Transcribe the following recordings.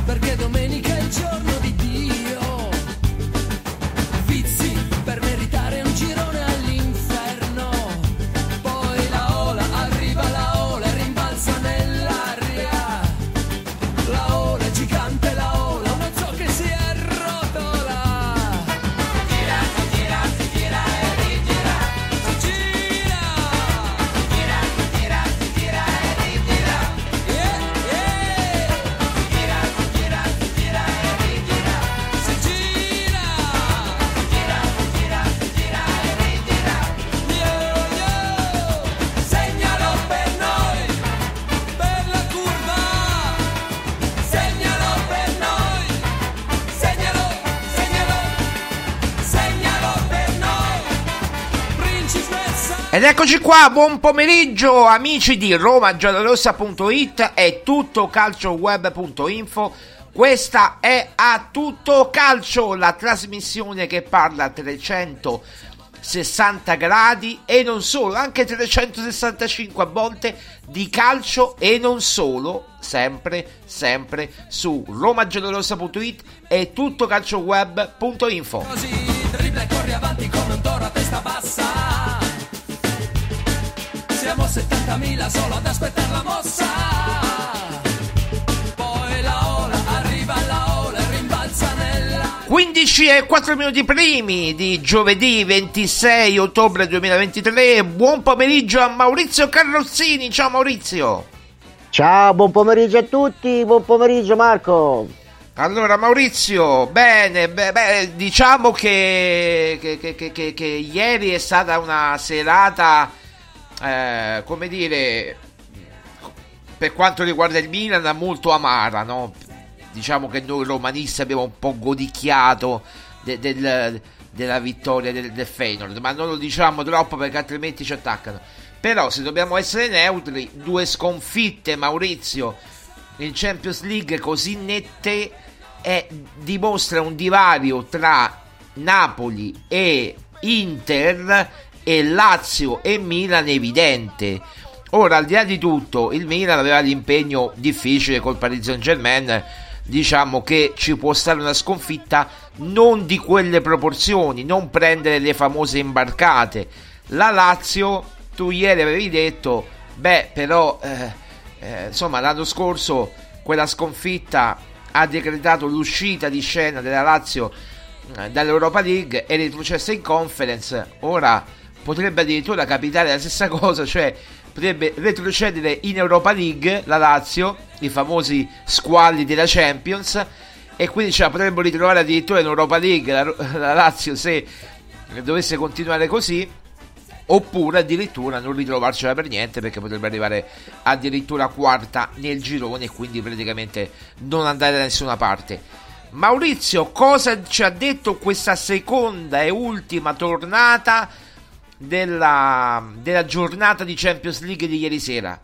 perché domenica è il giorno di Dio. Vizi per meritare un girone all'inferno. Poi la ola, arriva la ola e rimbalza nell'aria. La ola è gigante, la ola, non so che si arrotola. Gira, si gira, si gira e rigira. Si gira. Gira, si gira, si gira e rigira. Yeah, yeah. Si gira, si gira, si gira e rigira. Si gira. Si gira, si gira, si gira e rigira. Yo, yo. Segnalo per noi, per la curva. Segnalo per noi, segnalo, segnalo, segnalo per noi, principessa. Ed eccoci qua, buon pomeriggio amici di RomaGiallorossa.it e tuttocalcioweb.info. Questa è A Tutto Calcio, la trasmissione che parla a 360 gradi e non solo, anche 365 a volte, di calcio e non solo, sempre su RomaGiallorossa.it e tuttocalcioweb.info. Così dribbla e corri avanti come un toro a testa bassa. Siamo 70.000 solo ad aspettare la mossa. Poi la ola, arriva la ola e rimbalza nella. 15 e 4 minuti primi di giovedì 26 ottobre 2023. Buon pomeriggio a Maurizio Carrozzini. Ciao Maurizio. Ciao, buon pomeriggio a tutti, buon pomeriggio Marco. Allora Maurizio, bene, diciamo che ieri è stata una serata, come dire, per quanto riguarda il Milan, molto amara, no? Diciamo che noi romanisti abbiamo un po' godicchiato della vittoria del Feyenoord, ma non lo diciamo troppo perché altrimenti ci attaccano. Però se dobbiamo essere neutri, due sconfitte, Maurizio, in Champions League così nette dimostra un divario tra Napoli e Inter e Lazio e Milan evidente. Ora, al di là di tutto, il Milan aveva l'impegno difficile col Paris Saint-Germain. Diciamo che ci può stare una sconfitta non di quelle proporzioni, non prendere le famose imbarcate. La Lazio, tu ieri avevi detto, però insomma l'anno scorso quella sconfitta ha decretato l'uscita di scena della Lazio dall'Europa League e retrocessa in Conference. Ora potrebbe addirittura capitare la stessa cosa, cioè potrebbe retrocedere in Europa League la Lazio, i famosi squalli della Champions, e quindi ce la potremmo ritrovare addirittura in Europa League la Lazio se dovesse continuare così, oppure addirittura non ritrovarcela per niente perché potrebbe arrivare addirittura quarta nel girone e quindi praticamente non andare da nessuna parte. Maurizio, cosa ci ha detto questa seconda e ultima tornata della giornata di Champions League di ieri sera?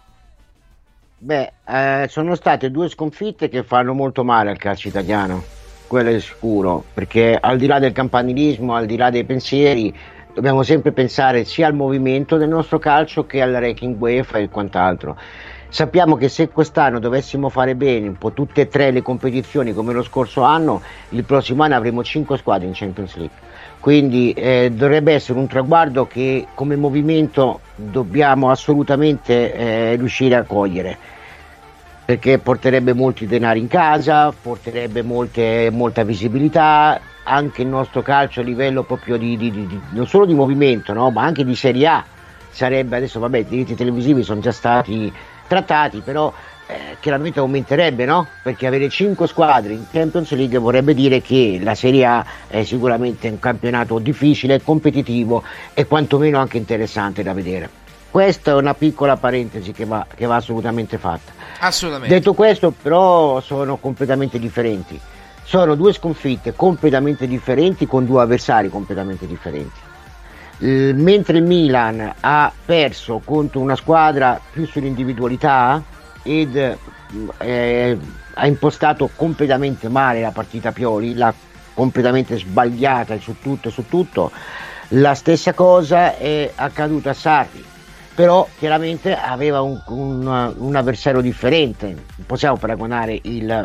Sono state due sconfitte che fanno molto male al calcio italiano, quello è sicuro, perché al di là del campanilismo, al di là dei pensieri, dobbiamo sempre pensare sia al movimento del nostro calcio che al ranking UEFA e quant'altro. Sappiamo che se quest'anno dovessimo fare bene un po' tutte e tre le competizioni come lo scorso anno, il prossimo anno avremo 5 squadre in Champions League. Quindi dovrebbe essere un traguardo che come movimento dobbiamo assolutamente riuscire a cogliere, perché porterebbe molti denari in casa, porterebbe molta visibilità, anche il nostro calcio a livello proprio di non solo di movimento, no? Ma anche di Serie A. Sarebbe adesso, i diritti televisivi sono già stati trattati, però chiaramente aumenterebbe, no? Perché avere 5 squadre in Champions League vorrebbe dire che la Serie A è sicuramente un campionato difficile, competitivo e quantomeno anche interessante da vedere. Questa è una piccola parentesi che va assolutamente fatta. Assolutamente. Detto questo, però, sono completamente differenti. Sono due sconfitte completamente differenti con due avversari completamente differenti. Mentre il Milan ha perso contro una squadra più sull'individualità ed ha impostato completamente male la partita Pioli, l'ha completamente sbagliata su tutto, la stessa cosa è accaduta a Sarri, però chiaramente aveva un avversario differente. Non possiamo paragonare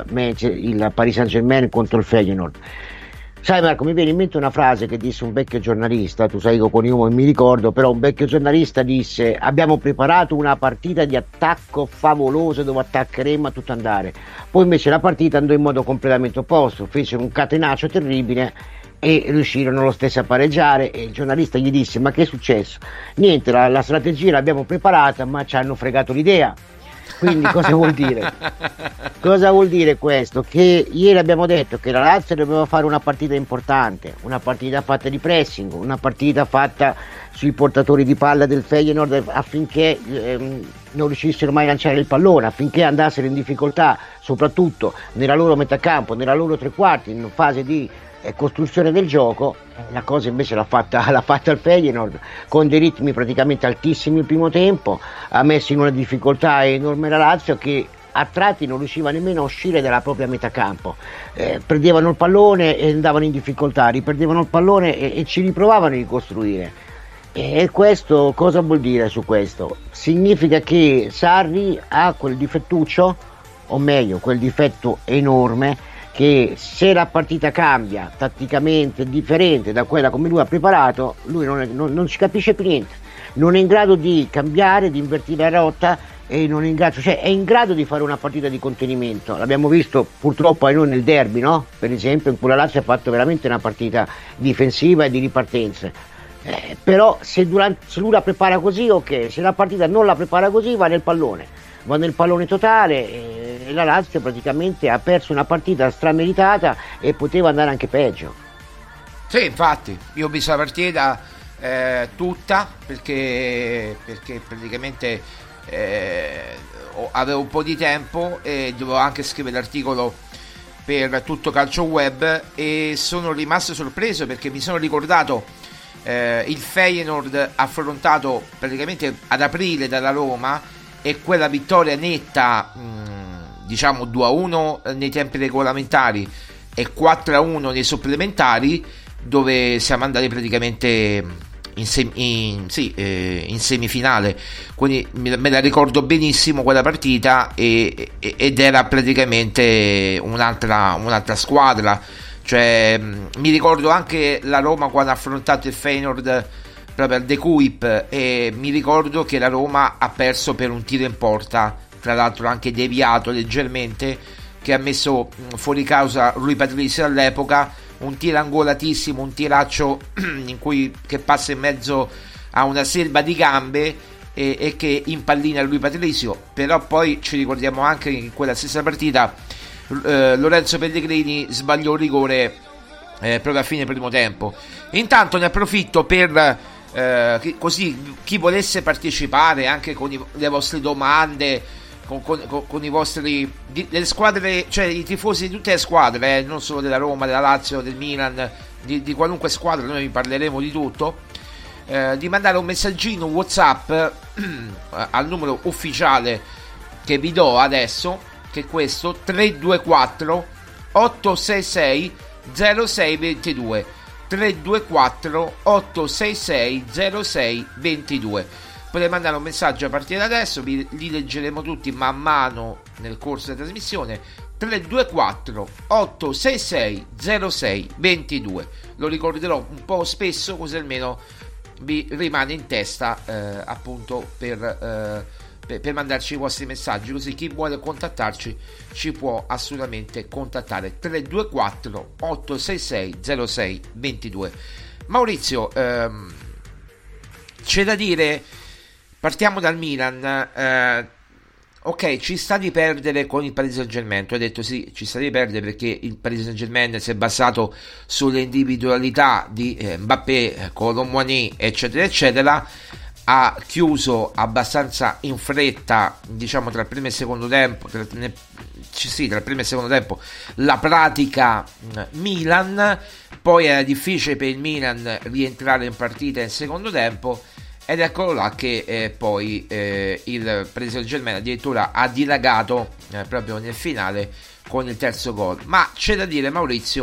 il Paris Saint-Germain contro il Feyenoord. Sai Marco, mi viene in mente una frase che disse un vecchio giornalista, tu sai che con io mi ricordo, però un vecchio giornalista disse: abbiamo preparato una partita di attacco favolosa dove attaccheremo a tutto andare. Poi invece la partita andò in modo completamente opposto, fecero un catenaccio terribile e riuscirono lo stesso a pareggiare, e il giornalista gli disse: ma che è successo? Niente, la strategia l'abbiamo preparata ma ci hanno fregato l'idea. Quindi cosa vuol dire? Cosa vuol dire questo? Che ieri abbiamo detto che la Lazio doveva fare una partita importante, una partita fatta di pressing, una partita fatta sui portatori di palla del Feyenoord affinché non riuscissero mai a lanciare il pallone, affinché andassero in difficoltà soprattutto nella loro metà campo, nella loro tre quarti, in fase di costruzione del gioco. La cosa invece l'ha fatta il Feyenoord con dei ritmi praticamente altissimi il primo tempo, ha messo in una difficoltà enorme la Lazio, che a tratti non riusciva nemmeno a uscire dalla propria metà campo, perdevano il pallone e andavano in difficoltà, riperdevano il pallone e ci riprovavano a ricostruire. E questo cosa vuol dire su questo? Significa che Sarri ha quel difettuccio, o meglio quel difetto enorme, che se la partita cambia tatticamente differente da quella come lui ha preparato, lui non ci capisce più niente, non è in grado di cambiare, di invertire la rotta, e non è in grado, cioè è in grado di fare una partita di contenimento. L'abbiamo visto purtroppo a noi nel derby, no? Per esempio, in cui la Lazio ha fatto veramente una partita difensiva e di ripartenze. Però se lui la prepara così, ok, se la partita non la prepara così va nel pallone totale, e la Lazio praticamente ha perso una partita strameritata e poteva andare anche peggio. Sì, infatti io ho visto la partita tutta perché praticamente avevo un po' di tempo e dovevo anche scrivere l'articolo per Tutto Calcio Web, e sono rimasto sorpreso perché mi sono ricordato il Feyenoord affrontato praticamente ad aprile dalla Roma, e quella vittoria netta, diciamo 2-1 nei tempi regolamentari e 4-1 nei supplementari, dove siamo andati praticamente in semifinale. Quindi me la ricordo benissimo quella partita, ed era praticamente un'altra squadra. Cioè, mi ricordo anche la Roma quando ha affrontato il Feyenoord proprio al De Kuip, e mi ricordo che la Roma ha perso per un tiro in porta, tra l'altro anche deviato leggermente, che ha messo fuori causa Rui Patricio all'epoca, un tiro angolatissimo, un tiraccio che passa in mezzo a una selva di gambe e che impallina Rui Patricio. Però poi ci ricordiamo anche che in quella stessa partita Lorenzo Pellegrini sbagliò un rigore proprio a fine primo tempo. Intanto ne approfitto per così chi volesse partecipare anche con le vostre domande, con i vostri delle squadre, cioè i tifosi di tutte le squadre, non solo della Roma, della Lazio, del Milan, di qualunque squadra, noi parleremo di tutto, di mandare un messaggino WhatsApp al numero ufficiale che vi do adesso, che è questo: 324 866 0622, 324 866 0622. Potete mandare un messaggio a partire da adesso, li leggeremo tutti man mano nel corso della trasmissione. 324 866 0622. Lo ricorderò un po' spesso, così almeno vi rimane in testa, appunto per mandarci i vostri messaggi, così chi vuole contattarci ci può assolutamente contattare. 324 866 0622. Maurizio, c'è da dire, partiamo dal Milan. Ok, ci sta di perdere con il Paris Saint-Germain. Tu hai detto sì, ci sta di perdere perché il Paris Saint-Germain si è basato sulle individualità di Mbappé, Colomboigny, eccetera eccetera. Ha chiuso abbastanza in fretta, diciamo tra il primo e il secondo tempo, tra il primo e il secondo tempo, la pratica Milan. Poi era difficile per il Milan rientrare in partita in secondo tempo, ed eccolo là che poi il Paris Saint-Germain addirittura ha dilagato proprio nel finale con il terzo gol. Ma c'è da dire, Maurizio,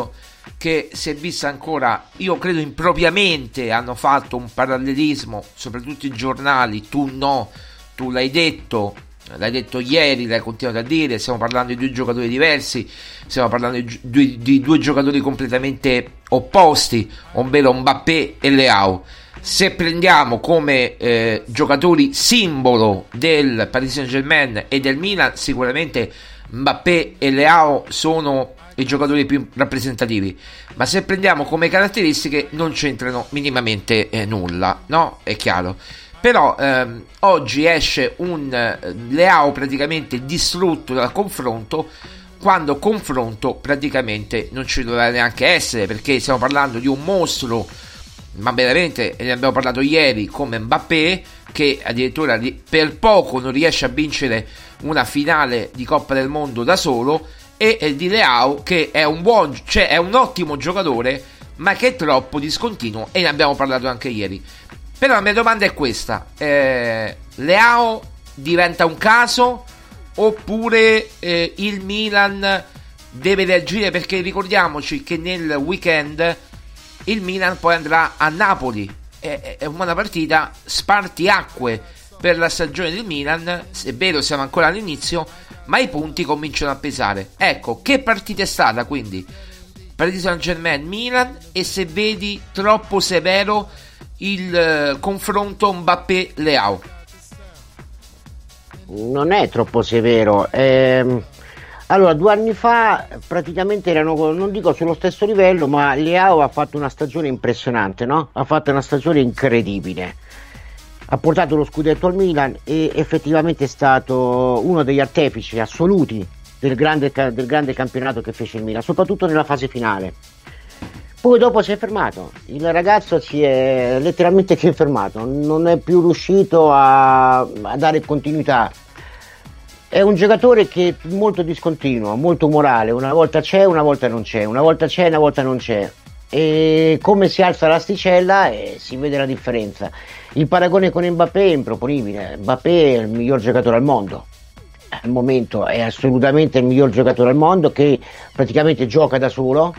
che si è vista ancora, io credo impropriamente hanno fatto un parallelismo, soprattutto i giornali, tu no, tu l'hai detto ieri, l'hai continuato a dire, stiamo parlando di due giocatori diversi, stiamo parlando di due giocatori completamente opposti, ovvero Mbappé e Leao. Se prendiamo come giocatori simbolo del Paris Saint-Germain e del Milan, sicuramente Mbappé e Leao sono i giocatori più rappresentativi, ma se prendiamo come caratteristiche non c'entrano minimamente nulla, no? È chiaro. Però oggi esce un Leao praticamente distrutto dal confronto, quando confronto praticamente non ci doveva neanche essere, perché stiamo parlando di un mostro, ma veramente, ne abbiamo parlato ieri, come Mbappé, che addirittura per poco non riesce a vincere una finale di Coppa del Mondo da solo, e di Leao, che è è un ottimo giocatore, ma che è troppo discontinuo, e ne abbiamo parlato anche ieri. Però la mia domanda è questa: Leao diventa un caso, oppure il Milan deve reagire? Perché ricordiamoci che nel weekend il Milan poi andrà a Napoli, è una partita spartiacque per la stagione del Milan. È vero, siamo ancora all'inizio, ma i punti cominciano a pesare. Ecco, che partita è stata quindi Paris Saint-Germain-Milan, e se vedi troppo severo il confronto Mbappé-Leao? Non è troppo severo. Allora, 2 anni fa praticamente erano, non dico sullo stesso livello, ma Leao ha fatto una stagione impressionante, no? Ha fatto una stagione incredibile. Ha portato lo scudetto al Milan e effettivamente è stato uno degli artefici assoluti del grande campionato che fece il Milan, soprattutto nella fase finale. Poi dopo si è fermato, il ragazzo si è letteralmente fermato, non è più riuscito a dare continuità. È un giocatore che è molto discontinuo, molto morale, una volta c'è, una volta non c'è, una volta c'è, una volta non c'è. E come si alza l'asticella si vede la differenza. Il paragone con Mbappé è improponibile. Mbappé è il miglior giocatore al mondo, al momento è assolutamente il miglior giocatore al mondo, che praticamente gioca da solo,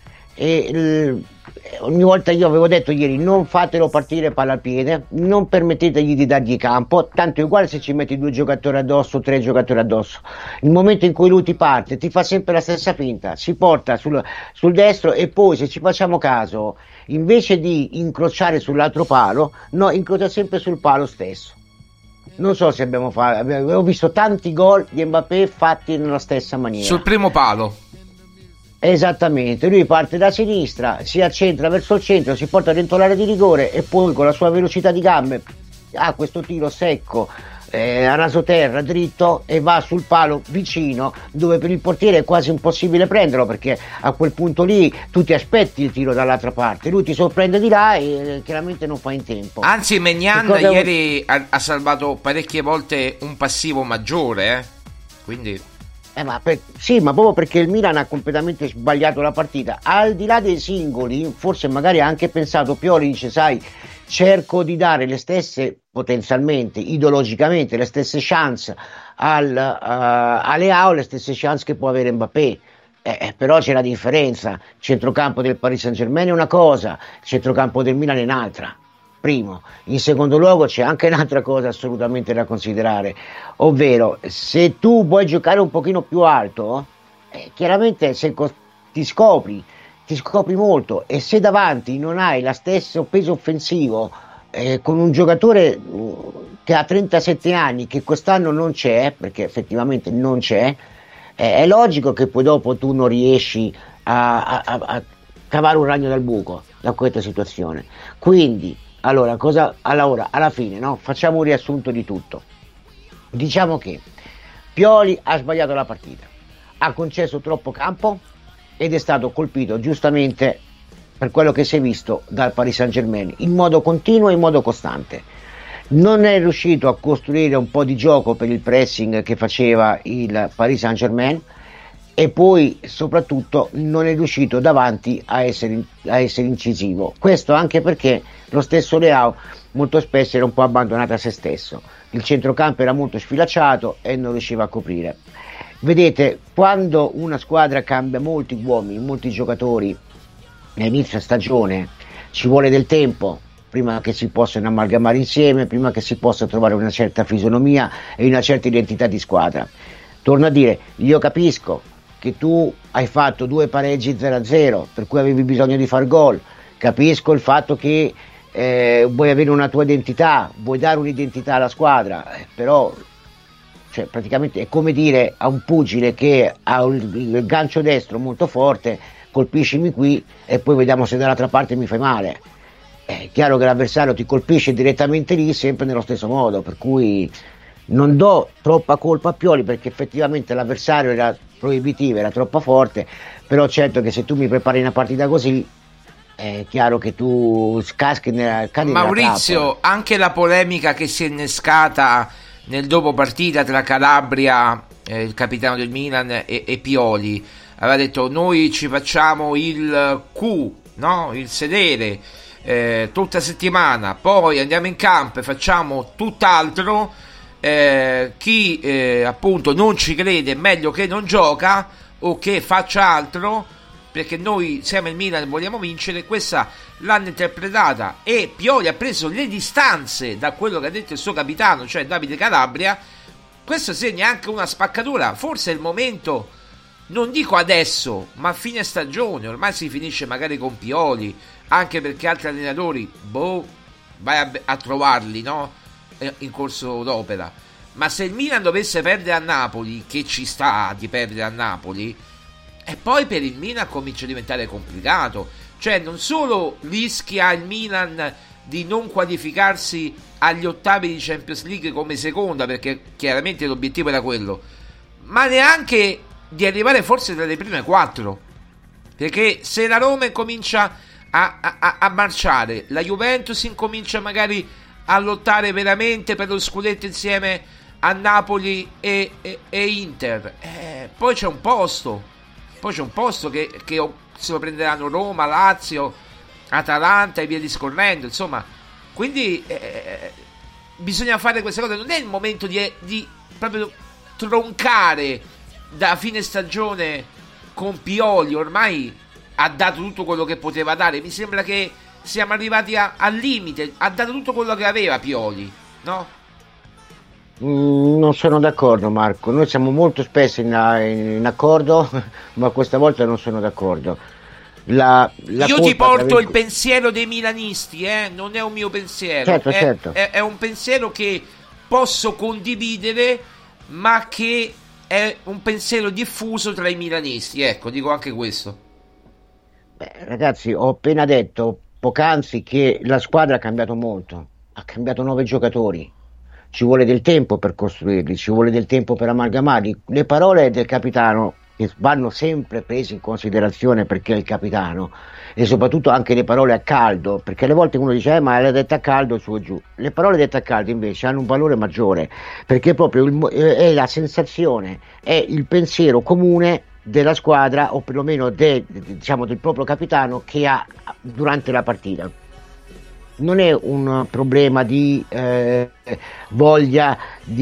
e ogni volta, io avevo detto ieri, non fatelo partire palla al piede, non permettetegli di dargli campo, tanto è uguale se ci metti 2 giocatori addosso, 3 giocatori addosso. Il momento in cui lui ti parte, ti fa sempre la stessa finta, si porta sul destro, e poi, se ci facciamo caso, invece di incrociare sull'altro palo, no, incrocia sempre sul palo stesso. Non so se avevo visto tanti gol di Mbappé fatti nella stessa maniera, sul primo palo. Esattamente, lui parte da sinistra, si accentra verso il centro, si porta dentro l'area di rigore, e poi con la sua velocità di gambe ha questo tiro secco, a rasoterra, dritto, e va sul palo vicino, dove per il portiere è quasi impossibile prenderlo, perché a quel punto lì tu ti aspetti il tiro dall'altra parte, lui ti sorprende di là e chiaramente non fa in tempo. Anzi, Maignan ieri ha salvato parecchie volte un passivo maggiore, quindi... Sì, ma proprio perché il Milan ha completamente sbagliato la partita. Al di là dei singoli, forse magari ha anche pensato Pioli, dice, sai, cerco di dare le stesse, potenzialmente, ideologicamente, le stesse chance a Leao, le stesse chance che può avere Mbappé. Però c'è la differenza: il centrocampo del Paris Saint-Germain è una cosa, il centrocampo del Milan è un'altra. Primo. In secondo luogo c'è anche un'altra cosa assolutamente da considerare, ovvero, se tu vuoi giocare un pochino più alto, chiaramente ti scopri molto, e se davanti non hai lo stesso peso offensivo, con un giocatore che ha 37 anni, che quest'anno non c'è, perché effettivamente non c'è, è logico che poi dopo tu non riesci a cavare un ragno dal buco da questa situazione. Quindi allora, alla fine, no? Facciamo un riassunto di tutto. Diciamo che Pioli ha sbagliato la partita, ha concesso troppo campo ed è stato colpito giustamente, per quello che si è visto, dal Paris Saint-Germain in modo continuo e in modo costante. Non è riuscito a costruire un po' di gioco per il pressing che faceva il Paris Saint-Germain, e poi soprattutto non è riuscito davanti a essere incisivo. Questo anche perché lo stesso Leao molto spesso era un po' abbandonato a se stesso, il centrocampo era molto sfilacciato e non riusciva a coprire. Vedete, quando una squadra cambia molti uomini, molti giocatori, a inizio stagione ci vuole del tempo prima che si possano amalgamare insieme, prima che si possa trovare una certa fisionomia e una certa identità di squadra. Torno a dire, io capisco che tu hai fatto 2 pareggi 0-0 per cui avevi bisogno di far gol, capisco il fatto che vuoi avere una tua identità, vuoi dare un'identità alla squadra, però cioè, praticamente è come dire a un pugile che ha il gancio destro molto forte, colpiscimi qui e poi vediamo se dall'altra parte mi fai male. È chiaro che l'avversario ti colpisce direttamente lì sempre nello stesso modo, per cui non do troppa colpa a Pioli, perché effettivamente l'avversario era proibitivo, era troppo forte, però certo che se tu mi prepari una partita così è chiaro che tu cadi nella Maurizio, anche la polemica che si è innescata nel dopo partita tra Calabria, il capitano del Milan, e Pioli, aveva detto noi ci facciamo il Q, no? Il sedere tutta settimana, poi andiamo in campo e facciamo tutt'altro, chi appunto non ci crede è meglio che non gioca o che faccia altro, perché noi siamo il Milan e vogliamo vincere. Questa l'hanno interpretata e Pioli ha preso le distanze da quello che ha detto il suo capitano, cioè Davide Calabria. Questo segna anche una spaccatura, forse è il momento, non dico adesso, ma a fine stagione, ormai si finisce magari con Pioli, anche perché altri allenatori, vai a trovarli, no? In corso d'opera. Ma se il Milan dovesse perdere a Napoli, che ci sta di perdere a Napoli, e poi per il Milan comincia a diventare complicato, cioè non solo rischia il Milan di non qualificarsi agli ottavi di Champions League come seconda, perché chiaramente l'obiettivo era quello, ma neanche di arrivare forse tra le prime 4, perché se la Roma incomincia a marciare, la Juventus incomincia magari a lottare veramente per lo scudetto insieme a Napoli e Inter, poi c'è un posto che se lo prenderanno Roma, Lazio, Atalanta e via discorrendo, insomma. Quindi bisogna fare queste cose. Non è il momento di proprio troncare da fine stagione con Pioli, ormai ha dato tutto quello che poteva dare. Mi sembra che siamo arrivati al limite, ha dato tutto quello che aveva Pioli, no? Non sono d'accordo, Marco, noi siamo molto spesso in accordo, ma questa volta non sono d'accordo. Io ti porto il pensiero dei milanisti, non è un mio pensiero, certo. È un pensiero che posso condividere, ma che è un pensiero diffuso tra i milanisti, ecco, dico anche questo. Beh, ragazzi, ho appena detto poc'anzi che la squadra ha cambiato molto, ha cambiato 9 giocatori, ci vuole del tempo per costruirli, ci vuole del tempo per amalgamarli. Le parole del capitano che vanno sempre prese in considerazione perché è il capitano, e soprattutto anche le parole a caldo, perché alle volte uno dice ma l'ha detta a caldo su e giù. Le parole dette a caldo invece hanno un valore maggiore, perché proprio è la sensazione, è il pensiero comune della squadra, o perlomeno diciamo del proprio capitano, che ha durante la partita. Non è un problema di voglia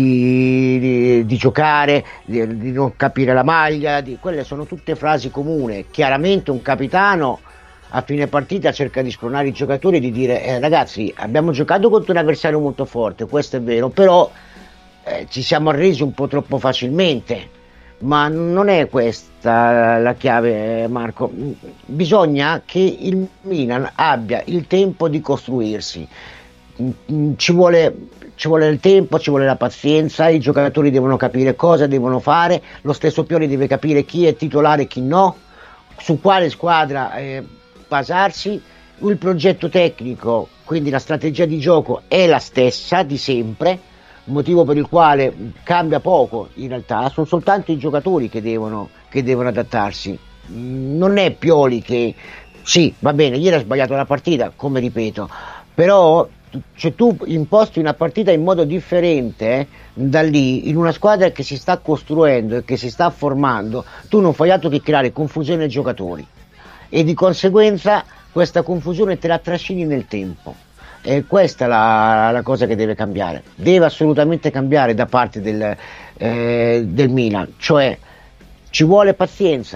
di giocare, di non capire la maglia, quelle sono tutte frasi comuni. Chiaramente un capitano a fine partita cerca di spronare i giocatori e di dire ragazzi, abbiamo giocato contro un avversario molto forte, questo è vero, però ci siamo arresi un po' troppo facilmente. Ma non è questa la chiave, Marco. Bisogna che il Milan abbia il tempo di costruirsi. Ci vuole il tempo, ci vuole la pazienza, i giocatori devono capire cosa devono fare, lo stesso Pioli deve capire chi è titolare e chi no, su quale squadra basarsi. Il progetto tecnico, quindi la strategia di gioco, è la stessa di sempre, motivo per il quale cambia poco in realtà, sono soltanto i giocatori che devono adattarsi. Non è Pioli che sì, va bene, ieri ha sbagliato la partita, come ripeto, però cioè, tu imposti una partita in modo differente da lì, in una squadra che si sta costruendo e che si sta formando, tu non fai altro che creare confusione ai giocatori e di conseguenza questa confusione te la trascini nel tempo. E questa è la cosa che deve cambiare, deve assolutamente cambiare da parte del Milan, cioè ci vuole pazienza,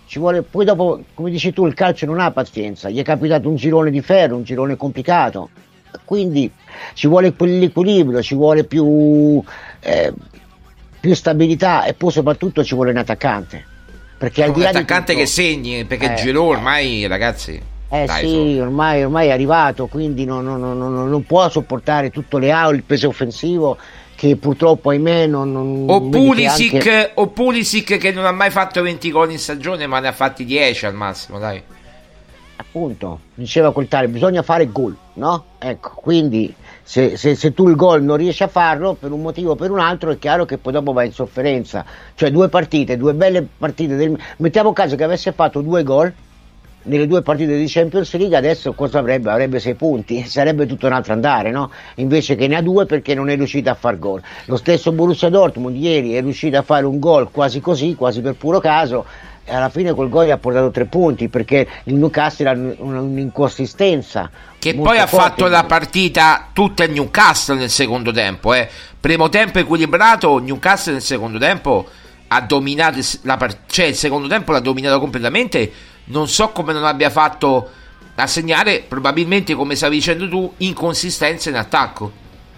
poi dopo, come dici tu, il calcio non ha pazienza, gli è capitato un girone di ferro, un girone complicato, quindi ci vuole l'equilibrio, ci vuole più stabilità e poi soprattutto ci vuole un attaccante. Perché al di un là di attaccante tutto, che segni, perché il Giroud ormai, ragazzi, dai, sì, ormai è arrivato, quindi non può sopportare tutto il peso offensivo che purtroppo ahimè o Pulisic che non ha mai fatto 20 gol in stagione, ma ne ha fatti 10 al massimo, dai. Appunto, diceva Coltare, bisogna fare gol, no? Ecco, quindi se tu il gol non riesci a farlo per un motivo o per un altro, è chiaro che poi dopo vai in sofferenza. Cioè due belle partite, mettiamo caso che avesse fatto 2 gol nelle 2 partite di Champions League, adesso cosa avrebbe? Avrebbe 6 punti, sarebbe tutto un altro andare, no? Invece che ne ha 2 perché non è riuscito a far gol. Lo stesso Borussia Dortmund ieri è riuscito a fare un gol quasi così, quasi per puro caso, e alla fine col gol gli ha portato 3 punti perché il Newcastle ha un'inconsistenza. Che poi ha fatto la partita tutta il Newcastle nel secondo tempo, primo tempo equilibrato, Newcastle nel secondo tempo ha dominato cioè il secondo tempo l'ha dominato completamente. Non so come non abbia fatto a segnare, probabilmente, come stavi dicendo tu, inconsistenze in attacco.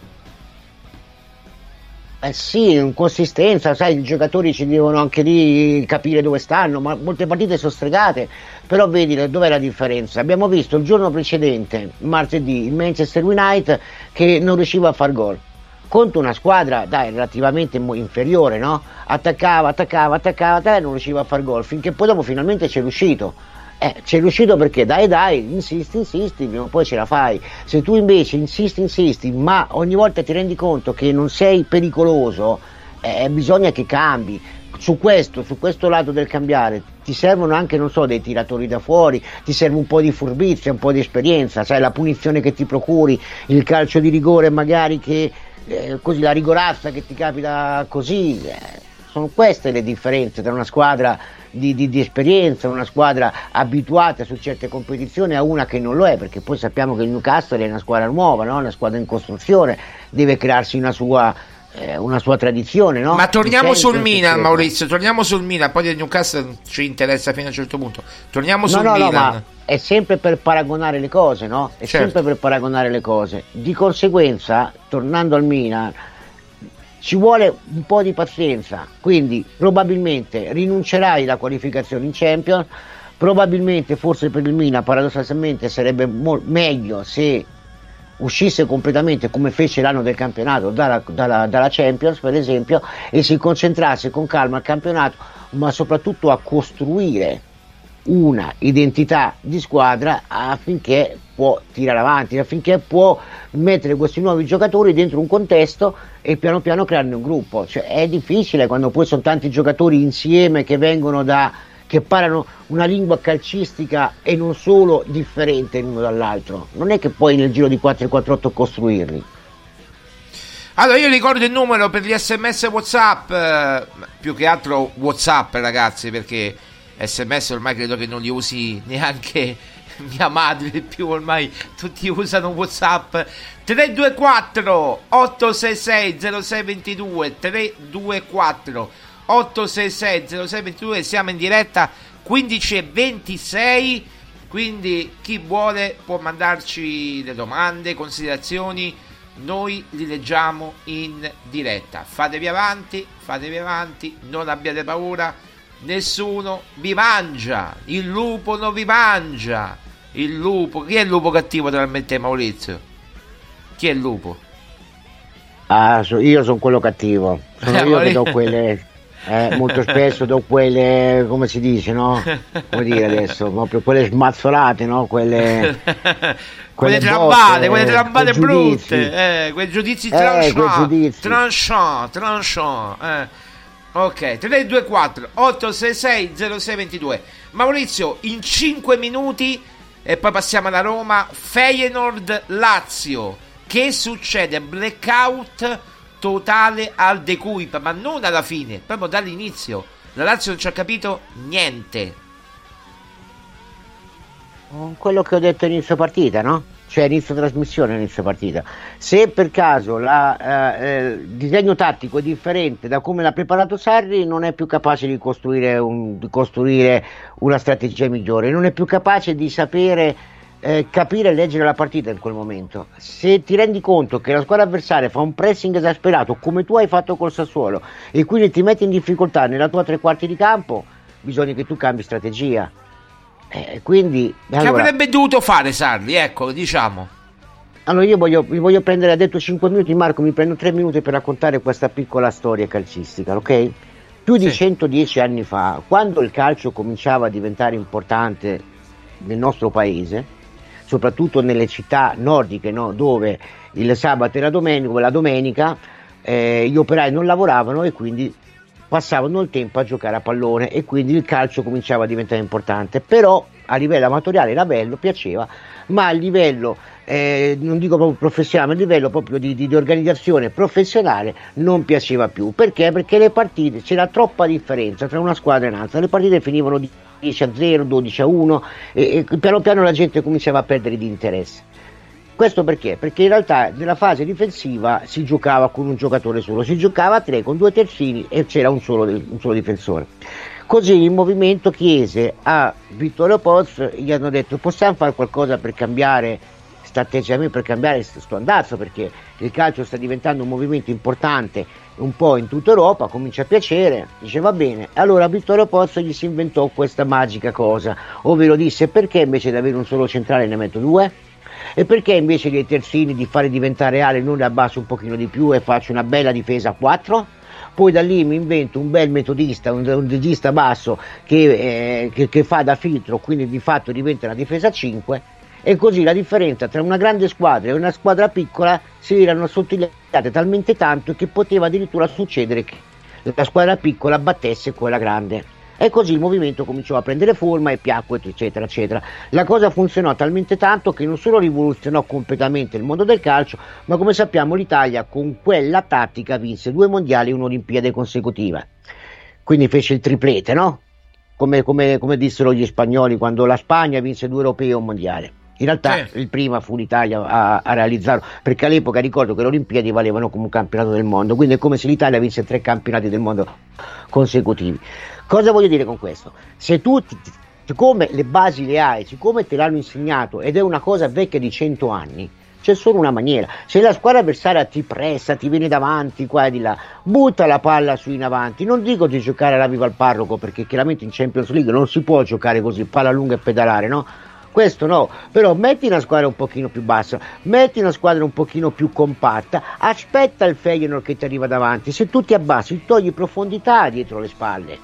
Sì, inconsistenza, sai, i giocatori ci devono anche lì capire dove stanno, ma molte partite sono stregate. Però vedi dov'è la differenza. Abbiamo visto il giorno precedente, martedì, il Manchester United che non riusciva a far gol contro una squadra relativamente inferiore, no? Attaccava e non riusciva a far gol, finché poi dopo finalmente c'è riuscito. C'è riuscito perché dai, insisti, prima o poi ce la fai. Se tu invece insisti, ma ogni volta ti rendi conto che non sei pericoloso, bisogna che cambi. Su questo lato del cambiare ti servono anche, non so, dei tiratori da fuori, ti serve un po' di furbizia, un po' di esperienza, sai, la punizione che ti procuri, il calcio di rigore magari che così, la rigorazza che ti capita così, sono queste le differenze tra una squadra di esperienza, una squadra abituata su certe competizioni a una che non lo è, perché poi sappiamo che il Newcastle è una squadra nuova, no? Una squadra in costruzione, deve crearsi una sua tradizione, no? Ma torniamo sul Milan, Maurizio, torniamo sul Milan, poi del Newcastle ci interessa fino a un certo punto. Torniamo sul Milan. No, ma è sempre per paragonare le cose, no? È sempre per paragonare le cose. Di conseguenza, tornando al Milan, ci vuole un po' di pazienza, quindi probabilmente rinuncerai alla qualificazione in Champions, probabilmente forse per il Milan paradossalmente sarebbe meglio se uscisse completamente come fece l'anno del campionato dalla Champions per esempio, e si concentrasse con calma al campionato, ma soprattutto a costruire una identità di squadra affinché può tirare avanti, affinché può mettere questi nuovi giocatori dentro un contesto e piano piano crearne un gruppo. Cioè, è difficile quando poi sono tanti giocatori insieme che vengono che parlano una lingua calcistica e non solo differente l'uno dall'altro. Non è che puoi nel giro di 4-4-8 costruirli. Allora io ricordo il numero per gli SMS WhatsApp, più che altro WhatsApp, ragazzi, perché SMS ormai credo che non li usi neanche mia madre più, ormai tutti usano WhatsApp. 324 866 0622 324 866 0622, siamo in diretta 15:26, quindi chi vuole può mandarci le domande, considerazioni, noi li leggiamo in diretta. Fatevi avanti, non abbiate paura, nessuno vi mangia, il lupo non vi mangia. Il lupo, chi è il lupo cattivo tra me e te, Maurizio? Chi è il lupo? Io sono quello cattivo, sono io che do quelle molto spesso do quelle, come si dice, no? Come dire adesso, proprio quelle smazzolate, no? Quelle trambate brutte, quei giudizi tranchant. Ok, 324 866 0622. Maurizio, in 5 minuti e poi passiamo alla Roma. Feyenoord Lazio, che succede? Blackout totale al De Cuyp, ma non alla fine, proprio dall'inizio la Lazio non ci ha capito niente. Quello che ho detto inizio partita, no? cioè inizio trasmissione, inizio partita. Se per caso il disegno tattico è differente da come l'ha preparato Sarri, non è più capace di costruire una strategia migliore, non è più capace di sapere capire e leggere la partita in quel momento. Se ti rendi conto che la squadra avversaria fa un pressing esasperato come tu hai fatto col Sassuolo e quindi ti metti in difficoltà nella tua tre quarti di campo, bisogna che tu cambi strategia. Quindi che avrebbe dovuto fare Sarri, ecco, diciamo. Allora io voglio prendere, ha detto 5 minuti, Marco, mi prendo 3 minuti per raccontare questa piccola storia calcistica, ok? Più di 110 anni fa, quando il calcio cominciava a diventare importante nel nostro paese, soprattutto nelle città nordiche, no? Dove il sabato e la domenica gli operai non lavoravano e quindi passavano il tempo a giocare a pallone e quindi il calcio cominciava a diventare importante. Però a livello amatoriale era bello, piaceva, ma a livello non dico proprio professionale, ma a livello proprio di organizzazione professionale non piaceva più. Perché? Perché le partite, c'era troppa differenza tra una squadra e un'altra, le partite finivano 10-0, 12-1 e piano piano la gente cominciava a perdere di interesse. Questo perché? Perché in realtà nella fase difensiva si giocava con un giocatore solo, si giocava a 3 con 2 terzini e c'era un solo difensore. Così il movimento chiese a Vittorio Pozzo, gli hanno detto: possiamo fare qualcosa per cambiare questo atteggiamento, per cambiare questo andazzo, perché il calcio sta diventando un movimento importante un po' in tutta Europa, comincia a piacere. Dice: va bene. Allora Vittorio Pozzo gli si inventò questa magica cosa, ovvero disse: perché invece di avere un solo centrale ne metto 2? E perché invece dei terzini di fare diventare Ale non ne abbasso un pochino di più e faccio una bella difesa a 4? Poi da lì mi invento un bel metodista, un regista basso che fa da filtro, quindi di fatto diventa una difesa a 5, e così la differenza tra una grande squadra e una squadra piccola si erano assottigliate talmente tanto che poteva addirittura succedere che la squadra piccola battesse quella grande. E così il movimento cominciò a prendere forma e piacque, eccetera, eccetera. La cosa funzionò talmente tanto che non solo rivoluzionò completamente il mondo del calcio, ma come sappiamo l'Italia con quella tattica vinse 2 mondiali e un'Olimpiade consecutiva. Quindi fece il triplete, no? Come dissero gli spagnoli quando la Spagna vinse 2 europei e un mondiale. In realtà il prima fu l'Italia a realizzarlo, perché all'epoca ricordo che le Olimpiadi valevano come un campionato del mondo, quindi è come se l'Italia vinse 3 campionati del mondo consecutivi. Cosa voglio dire con questo? Se tu, siccome le basi le hai, siccome te l'hanno insegnato ed è una cosa vecchia di 100 anni, c'è solo una maniera. Se la squadra avversaria ti pressa, ti viene davanti qua e di là, butta la palla su in avanti. Non dico di giocare alla viva al parroco, perché chiaramente in Champions League non si può giocare così, palla lunga e pedalare, no? Questo no, però metti una squadra un pochino più bassa, metti una squadra un pochino più compatta, aspetta il Feyenoord che ti arriva davanti. Se tu ti abbassi, togli profondità dietro le spalle.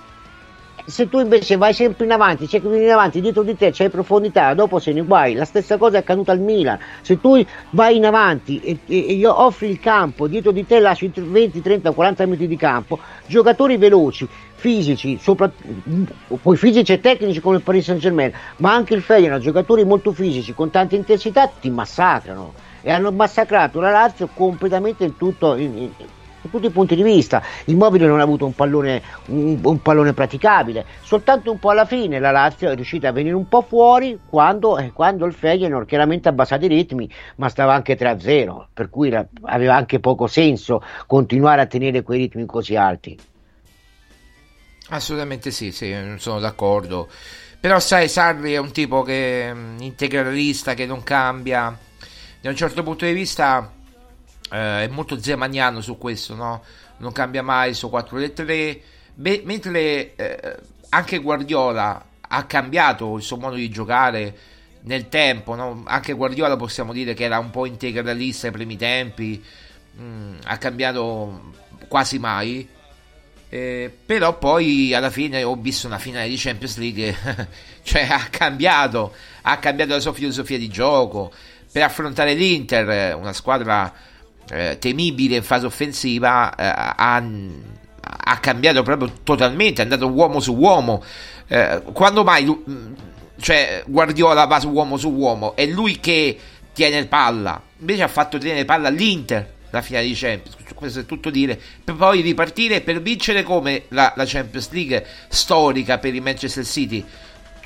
Se tu invece vai sempre in avanti, c'è chi viene in avanti, dietro di te c'è profondità, dopo se ne guai. La stessa cosa è accaduta al Milan. Se tu vai in avanti e offri il campo, dietro di te lasci 20, 30, 40 metri di campo, giocatori veloci, fisici, poi fisici e tecnici come il Paris Saint-Germain, ma anche il Feyenoord, giocatori molto fisici con tanta intensità, ti massacrano. E hanno massacrato la Lazio completamente in tutti i punti di vista. Immobile non ha avuto un pallone praticabile, soltanto un po' alla fine la Lazio è riuscita a venire un po' fuori quando il Feyenoord chiaramente ha abbassato i ritmi, ma stava anche 3-0, per cui aveva anche poco senso continuare a tenere quei ritmi così alti. Assolutamente sì, sono d'accordo. Però sai, Sarri è un tipo che integralista, che non cambia. Da un certo punto di vista è molto zemaniano su questo, no? Non cambia mai su 4-3, mentre anche Guardiola ha cambiato il suo modo di giocare nel tempo, no? Anche Guardiola possiamo dire che era un po' integralista ai primi tempi, ha cambiato quasi mai, però poi alla fine ho visto una finale di Champions League cioè ha cambiato la sua filosofia di gioco per affrontare l'Inter, una squadra temibile in fase offensiva. Ha cambiato proprio totalmente, è andato uomo su uomo. Quando mai Guardiola va su uomo, è lui che tiene il palla, invece ha fatto tenere palla all'Inter la finale di Champions. Questo è tutto dire, per poi ripartire per vincere come la Champions League storica per il Manchester City.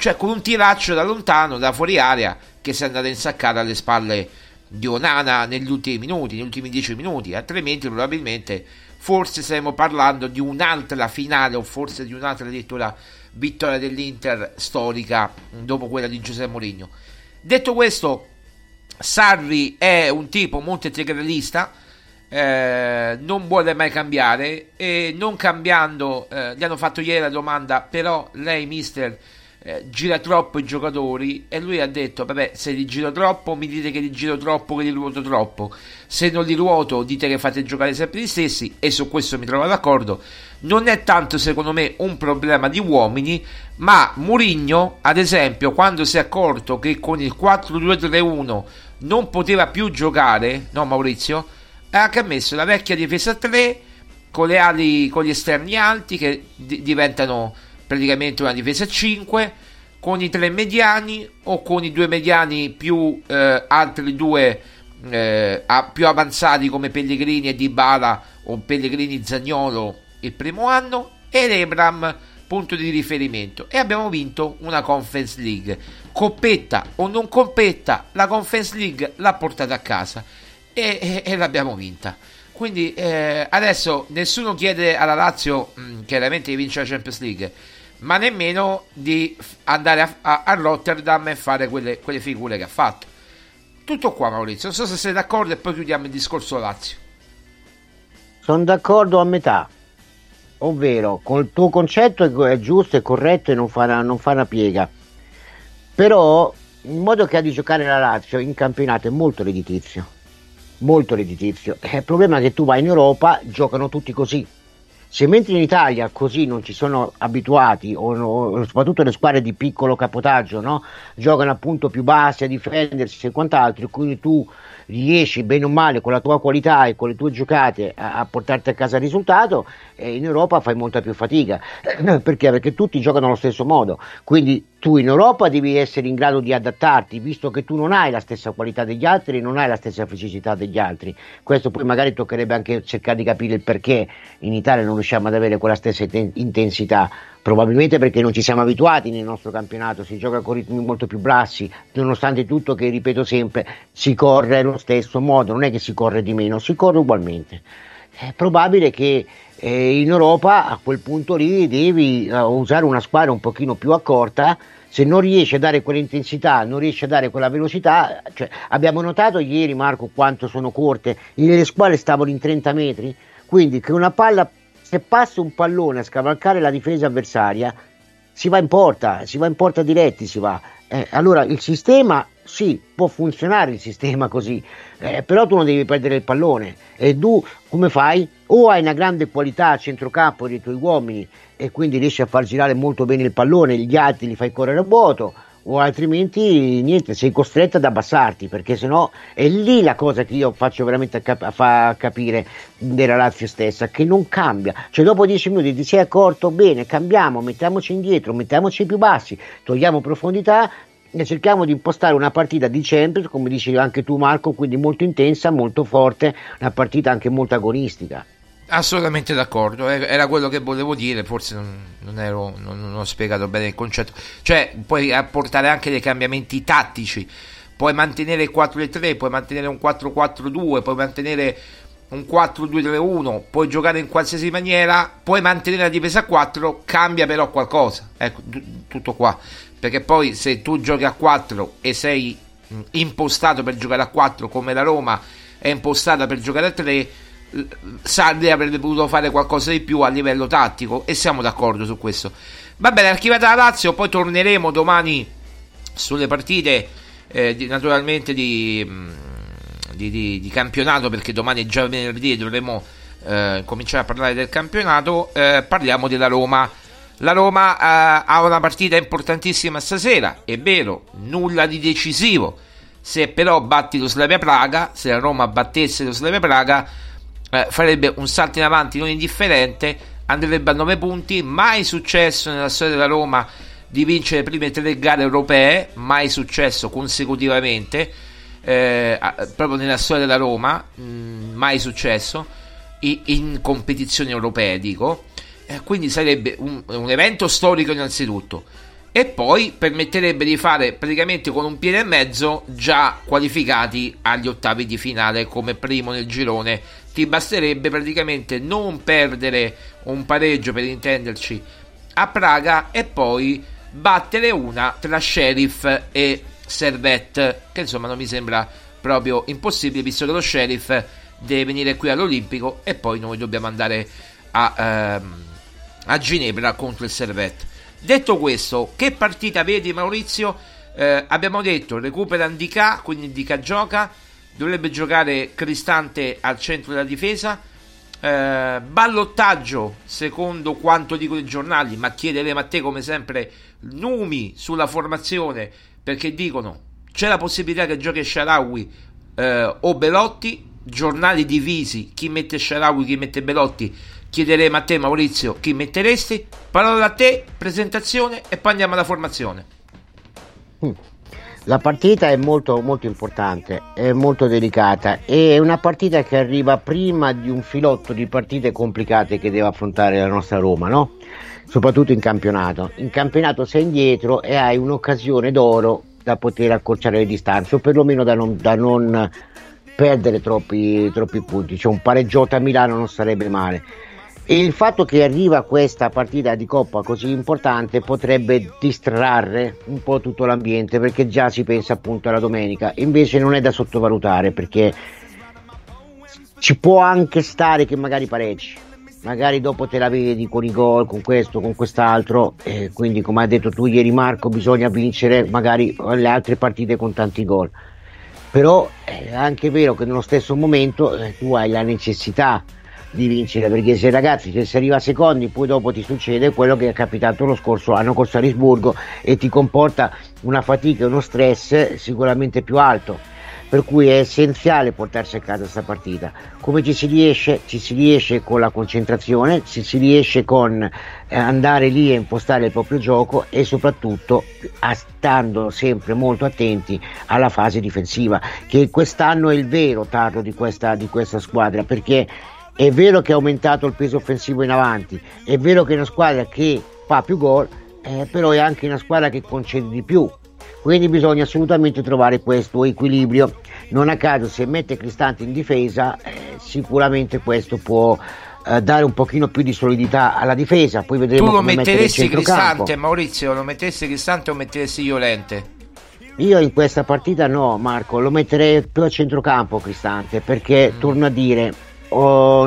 cioè con un tiraccio da lontano, da fuori area, che si è andato a insaccare alle spalle di Onana negli ultimi minuti, negli ultimi 10 minuti, altrimenti probabilmente forse stiamo parlando di un'altra finale o forse di un'altra addirittura vittoria dell'Inter storica dopo quella di Giuseppe Mourinho. Detto questo, Sarri è un tipo molto integralista, non vuole mai cambiare, e non cambiando, gli hanno fatto ieri la domanda: però lei mister gira troppo i giocatori? E lui ha detto: vabbè, se li giro troppo mi dite che li giro troppo, che li ruoto troppo, se non li ruoto dite che fate giocare sempre gli stessi, e su questo mi trovo d'accordo. Non è tanto secondo me un problema di uomini, ma Mourinho ad esempio, quando si è accorto che con il 4-2-3-1 non poteva più giocare, no Maurizio, ha messo la vecchia difesa a 3 con le ali, con gli esterni alti che diventano praticamente una difesa a 5, con i 3 mediani o con i 2 mediani più altri 2 più avanzati come Pellegrini e Dybala, o Pellegrini Zaniolo il primo anno, e l'Ebram punto di riferimento, e abbiamo vinto una Conference League. Coppetta o non coppetta, la Conference League l'ha portata a casa e l'abbiamo vinta. Quindi adesso nessuno chiede alla Lazio chiaramente di vincere la Champions League, ma nemmeno di andare a Rotterdam e fare quelle figure che ha fatto. Tutto qua, Maurizio, non so se sei d'accordo, e poi chiudiamo il discorso Lazio. Sono d'accordo a metà, ovvero col tuo concetto è giusto, è corretto e non fa una piega, però il modo che ha di giocare la Lazio in campionato è molto redditizio. Il problema è che tu vai in Europa, giocano tutti così. Se mentre in Italia così non ci sono abituati, o soprattutto le squadre di piccolo capotaggio, no? Giocano appunto più bassi a difendersi e quant'altro, quindi tu riesci bene o male con la tua qualità e con le tue giocate a portarti a casa il risultato, e in Europa fai molta più fatica. Perché? Perché tutti giocano allo stesso modo, quindi tu in Europa devi essere in grado di adattarti, visto che tu non hai la stessa qualità degli altri, non hai la stessa fisicità degli altri. Questo poi magari toccherebbe anche cercare di capire il perché in Italia non riusciamo ad avere quella stessa intensità. Probabilmente perché non ci siamo abituati nel nostro campionato, si gioca con ritmi molto più bassi, nonostante tutto, che ripeto sempre, si corre allo stesso modo, non è che si corre di meno, si corre ugualmente. È probabile che in Europa a quel punto lì devi usare una squadra un pochino più accorta. Se non riesci a dare quell'intensità, non riesci a dare quella velocità, cioè, abbiamo notato ieri, Marco, quanto sono corte, le squadre stavano in 30 metri, quindi che una palla, se passa un pallone a scavalcare la difesa avversaria, si va in porta diretti, si va. Allora il sistema, sì, può funzionare il sistema così, però tu non devi perdere il pallone, e tu come fai? O hai una grande qualità a centrocampo dei tuoi uomini e quindi riesci a far girare molto bene il pallone, gli altri li fai correre a vuoto, o altrimenti niente, sei costretto ad abbassarti, perché sennò è lì la cosa che io faccio veramente a capire della Lazio stessa, che non cambia. Cioè dopo 10 minuti ti sei accorto, bene, cambiamo, mettiamoci indietro, mettiamoci più bassi, togliamo profondità e cerchiamo di impostare una partita di Champions, come dici anche tu Marco, quindi molto intensa, molto forte, una partita anche molto agonistica. Assolutamente d'accordo, era quello che volevo dire, forse non ho spiegato bene il concetto. Cioè puoi apportare anche dei cambiamenti tattici, puoi mantenere il 4-3, puoi mantenere un 4-4-2, puoi mantenere un 4-2-3-1, puoi giocare in qualsiasi maniera, puoi mantenere la difesa a 4, cambia però qualcosa, ecco, tutto qua, perché poi se tu giochi a 4 e sei impostato per giocare a 4 come la Roma è impostata per giocare a 3, Sarri avrebbe potuto fare qualcosa di più a livello tattico, e siamo d'accordo su questo. Va bene, archivata la Lazio, poi torneremo domani sulle partite naturalmente di campionato, perché domani è già venerdì e dovremo cominciare a parlare del campionato. Parliamo della Roma. La Roma ha una partita importantissima stasera, è vero, nulla di decisivo. Se però batti lo Slavia Praga, se la Roma battesse lo Slavia Praga, farebbe un salto in avanti non indifferente, andrebbe a 9 punti. Mai successo nella storia della Roma di vincere le prime 3 gare europee, mai successo consecutivamente, proprio nella storia della Roma, mai successo in competizioni europee, dico. Quindi sarebbe un evento storico innanzitutto, e poi permetterebbe di fare praticamente con un piede e mezzo già qualificati agli ottavi di finale come primo nel girone. Ti basterebbe praticamente non perdere un pareggio, per intenderci, a Praga, e poi battere una tra Sheriff e Servette, che insomma non mi sembra proprio impossibile, visto che lo Sheriff deve venire qui all'Olimpico e poi noi dobbiamo andare a Ginevra contro il Servette. Detto questo, che partita vedi, Maurizio? Abbiamo detto recupera Ndicà, quindi Ndicà gioca, dovrebbe giocare Cristante al centro della difesa, ballottaggio secondo quanto dicono i giornali, ma chiederemo a te come sempre numi sulla formazione, perché dicono c'è la possibilità che giochi Shaarawy o Belotti, giornali divisi, chi mette Shaarawy, chi mette Belotti. Chiederemo a te, Maurizio, chi metteresti. Parola a te, presentazione, e poi andiamo alla formazione. La partita è molto molto importante, è molto delicata, è una partita che arriva prima di un filotto di partite complicate che deve affrontare la nostra Roma, no? Soprattutto in campionato. In campionato sei indietro e hai un'occasione d'oro da poter accorciare le distanze, o perlomeno da non perdere troppi punti. Cioè un pareggiotto a Milano non sarebbe male. E il fatto che arriva questa partita di Coppa così importante potrebbe distrarre un po' tutto l'ambiente, perché già si pensa appunto alla domenica. Invece non è da sottovalutare, perché ci può anche stare che magari pareggi, magari dopo te la vedi con i gol, con questo, con quest'altro, quindi come hai detto tu ieri Marco, bisogna vincere magari le altre partite con tanti gol. Però è anche vero che nello stesso momento tu hai la necessità di vincere, perché se ragazzi, se si arriva a secondi, poi dopo ti succede quello che è capitato lo scorso anno con Salisburgo e ti comporta una fatica e uno stress sicuramente più alto, per cui è essenziale portarsi a casa questa partita. Come ci si riesce con la concentrazione, si riesce con andare lì e impostare il proprio gioco, e soprattutto stando sempre molto attenti alla fase difensiva, che quest'anno è il vero tarlo di questa squadra, perché è vero che è aumentato il peso offensivo in avanti, è vero che è una squadra che fa più gol, però è anche una squadra che concede di più, quindi bisogna assolutamente trovare questo equilibrio. Non a caso, se mette Cristante in difesa, sicuramente questo può dare un pochino più di solidità alla difesa. Poi vedremo. Tu lo come metteresti Cristante, Maurizio? Lo metteresti Cristante o metteresti Llorente? Io in questa partita no, Marco, lo metterei più a centrocampo Cristante, perché torno a dire ho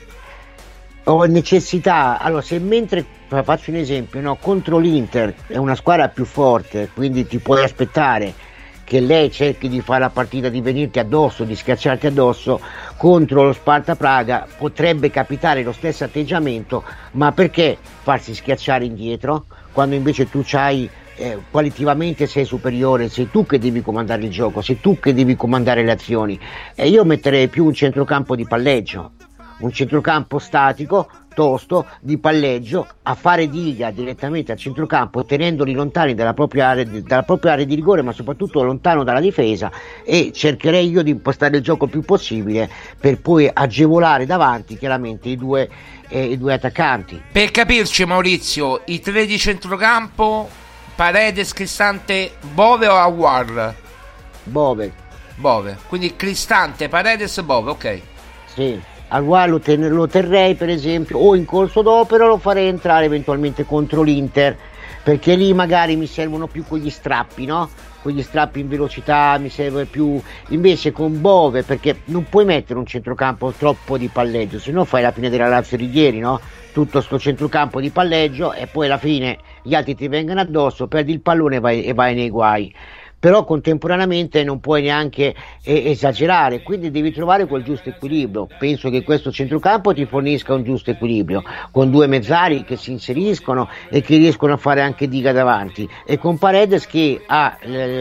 necessità. Allora, se mentre faccio un esempio, no, contro l'Inter è una squadra più forte, quindi ti puoi aspettare che lei cerchi di fare la partita, di venirti addosso, di schiacciarti addosso. Contro lo Sparta Praga potrebbe capitare lo stesso atteggiamento, ma perché farsi schiacciare indietro quando invece tu c'hai qualitativamente sei superiore, sei tu che devi comandare il gioco, sei tu che devi comandare le azioni. E io metterei più un centrocampo di palleggio, un centrocampo statico, tosto, di palleggio, a fare diga direttamente al centrocampo, tenendoli lontani dalla propria area di rigore, ma soprattutto lontano dalla difesa, e cercherei io di impostare il gioco il più possibile per poi agevolare davanti chiaramente i due attaccanti. Per capirci, Maurizio, i tre di centrocampo: Paredes, Cristante, Bove o Aouar? Bove. Quindi Cristante, Paredes, Bove, ok. Sì, Aouar lo terrei per esempio, o in corso d'opera lo farei entrare eventualmente contro l'Inter, perché lì magari mi servono più quegli strappi, no? Quegli strappi in velocità mi serve più. Invece con Bove, perché non puoi mettere un centrocampo troppo di palleggio, se no fai la fine della Lazio di ieri, no? Tutto sto centrocampo di palleggio e poi alla fine gli altri ti vengono addosso, perdi il pallone e vai nei guai. Però contemporaneamente non puoi neanche esagerare, quindi devi trovare quel giusto equilibrio. Penso che questo centrocampo ti fornisca un giusto equilibrio, con due mezzali che si inseriscono e che riescono a fare anche diga davanti, e con Paredes che ha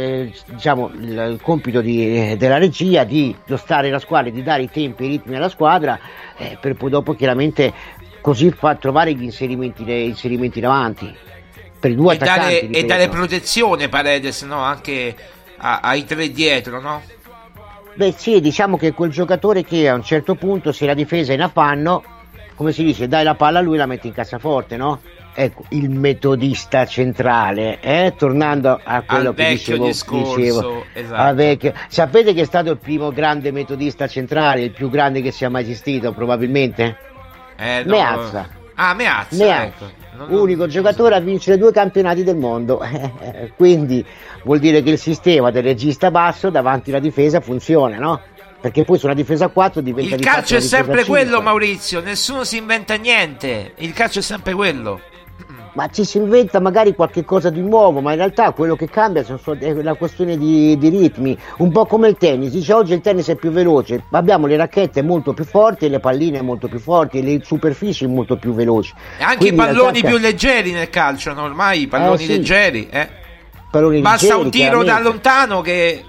il compito della regia di giostare la squadra, di dare i tempi e i ritmi alla squadra, per poi dopo chiaramente così far trovare gli inserimenti davanti. Per i due attaccanti, e dare protezione Paredes, no? Anche ai tre dietro, no? Beh sì, diciamo che quel giocatore che a un certo punto, se la difesa è in affanno, come si dice, dai la palla a lui e la metti in cassaforte, no? Ecco, il metodista centrale, tornando a quello al che vecchio discorso, esatto. Sapete che è stato il primo grande metodista centrale, il più grande che sia mai esistito, probabilmente? No. Meazza. Meazza, ecco. Unico giocatore a vincere 2 campionati del mondo. Quindi vuol dire che il sistema del regista basso davanti alla difesa funziona, no? Perché poi su una difesa a 4 diventa il di calcio è sempre 5. quello, Maurizio, nessuno si inventa niente, il calcio è sempre quello. Ma ci si inventa magari qualche cosa di nuovo, ma in realtà quello che cambia è la questione di ritmi, un po' come il tennis. Dice oggi il tennis è più veloce, ma abbiamo le racchette molto più forti, le palline molto più forti, le superfici molto più veloci. E anche i palloni più leggeri nel calcio, no? Ormai i palloni leggeri, Palloni basta leggeri, un tiro da lontano che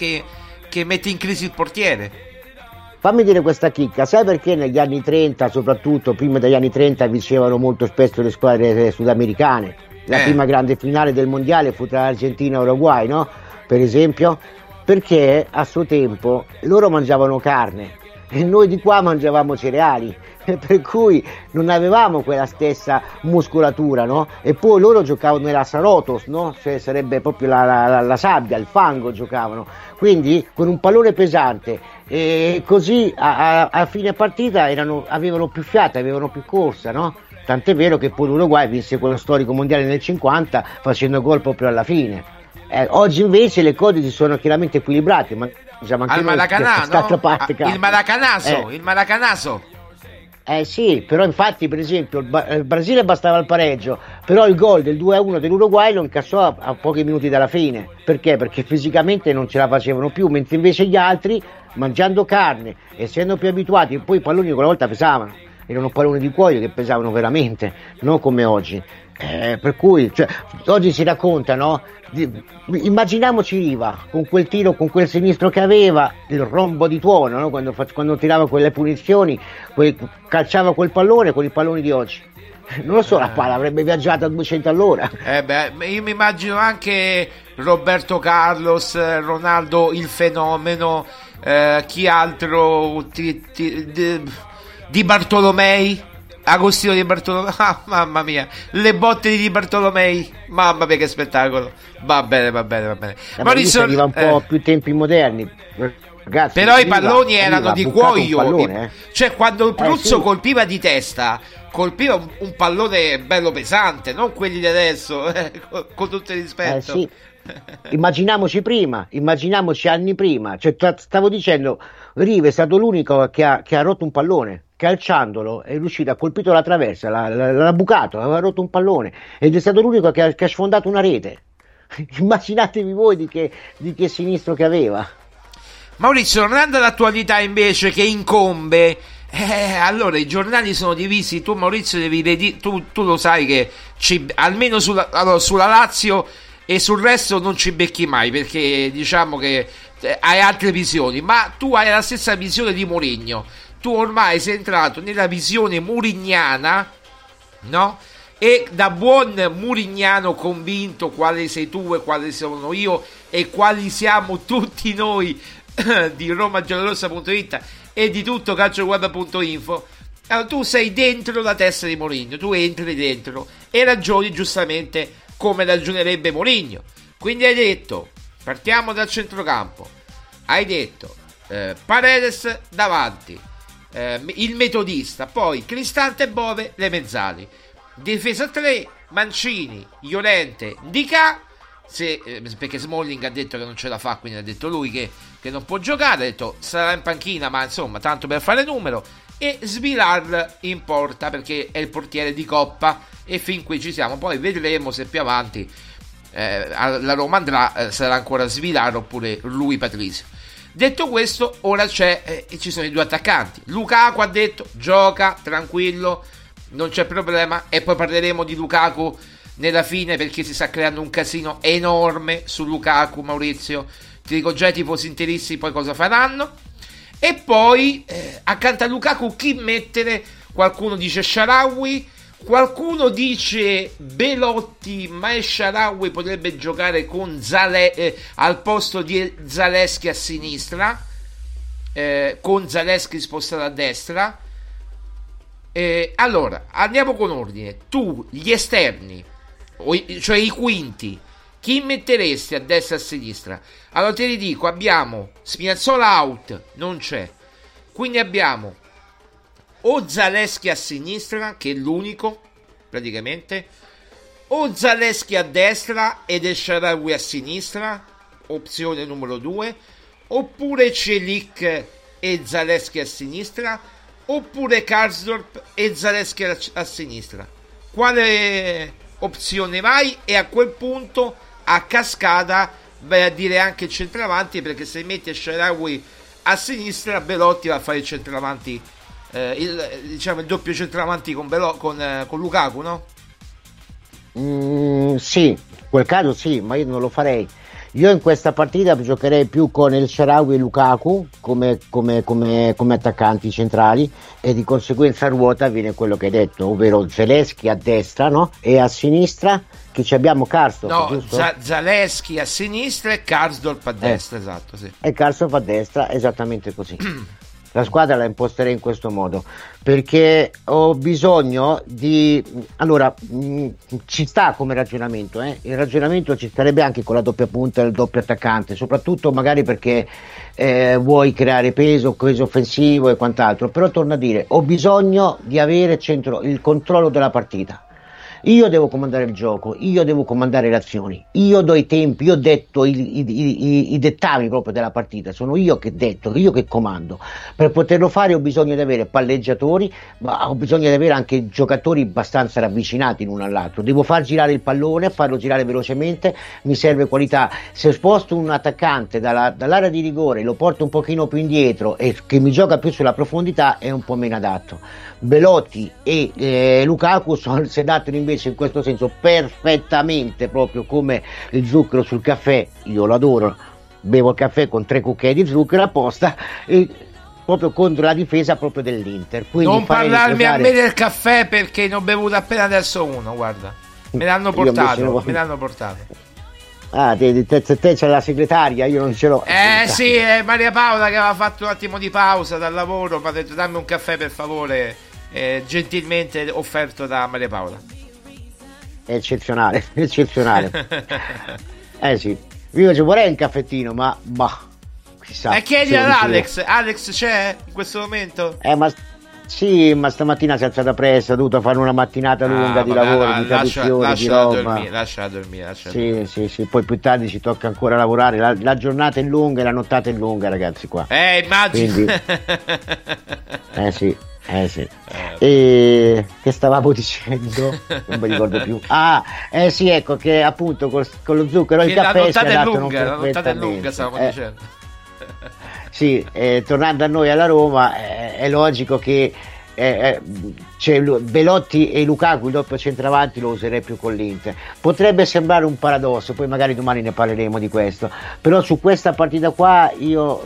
mette in crisi il portiere. Fammi dire questa chicca, sai perché negli anni 30, soprattutto prima degli anni 30, vincevano molto spesso le squadre sudamericane? La prima grande finale del mondiale fu tra Argentina e Uruguay, no? Per esempio, perché a suo tempo loro mangiavano carne e noi di qua mangiavamo cereali, per cui non avevamo quella stessa muscolatura, no? E poi loro giocavano nella sarotos, no? Cioè sarebbe proprio la sabbia, il fango giocavano, quindi con un pallone pesante, e così a fine partita avevano più fiato, avevano più corsa, no? Tant'è vero che poi l'Uruguay vinse quello storico mondiale nel 50 facendo gol proprio alla fine. Oggi invece le cose si sono chiaramente equilibrate, ma diciamo anche al Maracanã, no? Il Maracanazo. Sì, però infatti per esempio il Brasile bastava il pareggio, però il gol del 2-1 dell'Uruguay lo incassò a pochi minuti dalla fine. Perché? Perché fisicamente non ce la facevano più, mentre invece gli altri, mangiando carne, essendo più abituati, poi i palloni quella volta pesavano, erano palloni di cuoio che pesavano veramente, non come oggi. Per cui oggi si racconta, no? Immaginiamoci Riva con quel tiro, con quel sinistro che aveva, il rombo di tuono, no? Quando tirava quelle punizioni, calciava quel pallone con i palloni di oggi. Non lo so, la palla avrebbe viaggiato a 200 all'ora. Io mi immagino anche Roberto Carlos, Ronaldo il fenomeno, chi altro, Di Bartolomei, Agostino Di Bartolomei, mamma mia, le botte di Di Bartolomei, mamma mia che spettacolo. Va bene. Maurizio, arriva un po' più tempi moderni. Ragazzi, però i palloni erano di cuoio, pallone, cioè quando il Pruzzo colpiva di testa, colpiva un pallone bello pesante, non quelli di adesso, con tutto il rispetto. Sì. Immaginiamoci anni prima, stavo dicendo, Riva è stato l'unico che ha rotto un pallone, calciandolo è riuscito, ha colpito la traversa, l'ha bucato, aveva rotto un pallone ed è stato l'unico che ha sfondato una rete. Immaginatevi voi di che sinistro che aveva. Maurizio, tornando all'attualità invece che incombe, allora i giornali sono divisi. Tu Maurizio tu lo sai che almeno sulla Lazio e sul resto non ci becchi mai, perché diciamo che hai altre visioni, ma tu hai la stessa visione di Mourinho. Tu ormai sei entrato nella visione mourignana, no? E da buon mourignano convinto, quale sei tu e quale sono io e quali siamo tutti noi di RomaGiallorossa.it e di tutto calcioweb.info, allora, tu sei dentro la testa di Mourinho, tu entri dentro e ragioni giustamente come ragionerebbe Mourinho. Quindi hai detto, partiamo dal centrocampo, hai detto Paredes davanti, il metodista, poi Cristante, Bove, le mezzali, difesa 3, Mancini, Llorente, Ndicà, perché Smalling ha detto che non ce la fa, quindi ha detto lui che non può giocare, ha detto sarà in panchina, ma insomma tanto per fare numero, e Svilar in porta perché è il portiere di Coppa, e fin qui ci siamo. Poi vedremo se più avanti la Roma andrà, sarà ancora Svilar oppure lui Patrizio. Detto questo, ora ci sono i due attaccanti. Lukaku ha detto gioca tranquillo, non c'è problema, e poi parleremo di Lukaku nella fine perché si sta creando un casino enorme su Lukaku. Maurizio, ti dico già i tifosi interisti poi cosa faranno. E poi accanto a Lukaku chi mettere? Qualcuno dice Shaarawy, qualcuno dice Belotti, ma Shaarawy potrebbe giocare con al posto di Zalewski a sinistra, con Zalewski spostato a destra. Allora, andiamo con ordine. Tu, gli esterni, cioè i quinti, chi metteresti a destra e a sinistra? Allora te li dico, abbiamo Spinazzola out, non c'è. Quindi abbiamo o Zaleschi a sinistra, che è l'unico, praticamente, o Zaleschi a destra ed El Shaarawy a sinistra, opzione numero 2, oppure Celik e Zaleschi a sinistra, oppure Karsdorp e Zaleschi a sinistra. Quale opzione vai? E a quel punto a cascata vai a dire anche il centravanti, perché se metti El Shaarawy a sinistra Belotti va a fare il centravanti, il doppio centravanti con Lukaku, no? Sì, in quel caso sì, ma io non lo farei. Io in questa partita giocherei più con El Shaarawy e Lukaku come attaccanti centrali, e di conseguenza a ruota viene quello che hai detto, ovvero Zaleschi a destra, no? E a sinistra che ci abbiamo Karsdorp, no, giusto? Zaleschi a sinistra e Karsdorp a destra, esatto, sì. E Karsdorp a destra, esattamente così. La squadra la imposterei in questo modo, perché ho bisogno di... Allora, ci sta come ragionamento, il ragionamento ci starebbe anche con la doppia punta e il doppio attaccante, soprattutto magari perché vuoi creare peso offensivo e quant'altro, però torno a dire, ho bisogno di avere il controllo della partita. Io devo comandare il gioco, io devo comandare le azioni, io do i tempi, io detto i dettami proprio della partita, sono io che detto, io che comando. Per poterlo fare ho bisogno di avere palleggiatori, ma ho bisogno di avere anche giocatori abbastanza ravvicinati l'uno all'altro. Devo far girare il pallone, farlo girare velocemente, mi serve qualità. Se sposto un attaccante dall'area di rigore, lo porto un pochino più indietro e che mi gioca più sulla profondità, è un po' meno adatto. Belotti e Lukaku si adattano invece in questo senso perfettamente, proprio come il zucchero sul caffè. Io lo adoro, bevo il caffè con 3 cucchiai di zucchero apposta, e proprio contro la difesa proprio dell'Inter. Quindi non parlarmi a me del caffè, perché ne ho bevuto appena adesso uno, guarda, me l'hanno portato. Ah, te c'è la segretaria, io non ce l'ho. Sì, Maria Paola, che aveva fatto un attimo di pausa dal lavoro, mi ha detto dammi un caffè per favore, gentilmente offerto da Maria Paola. È eccezionale. Sì, io ci vorrei un caffettino, ma chissà. Chiedi ad Alex c'è in questo momento? Sì, ma stamattina si è alzata presto, ha dovuto fare una mattinata lunga di lavoro, di traduzione, di roba. Lascia dormire. Sì, poi più tardi ci tocca ancora lavorare. La giornata è lunga e la nottata è lunga, ragazzi, qua. Immagino. Quindi... sì. E che stavamo dicendo? Non mi ricordo più. Sì, ecco che appunto con lo zucchero e il caffè si adattano perfettamente. La nottata è lunga, stavamo dicendo. Sì, tornando a noi alla Roma, è logico che c'è Belotti e Lukaku, il doppio centravanti lo userei più con l'Inter. Potrebbe sembrare un paradosso, poi magari domani ne parleremo di questo, però su questa partita qua io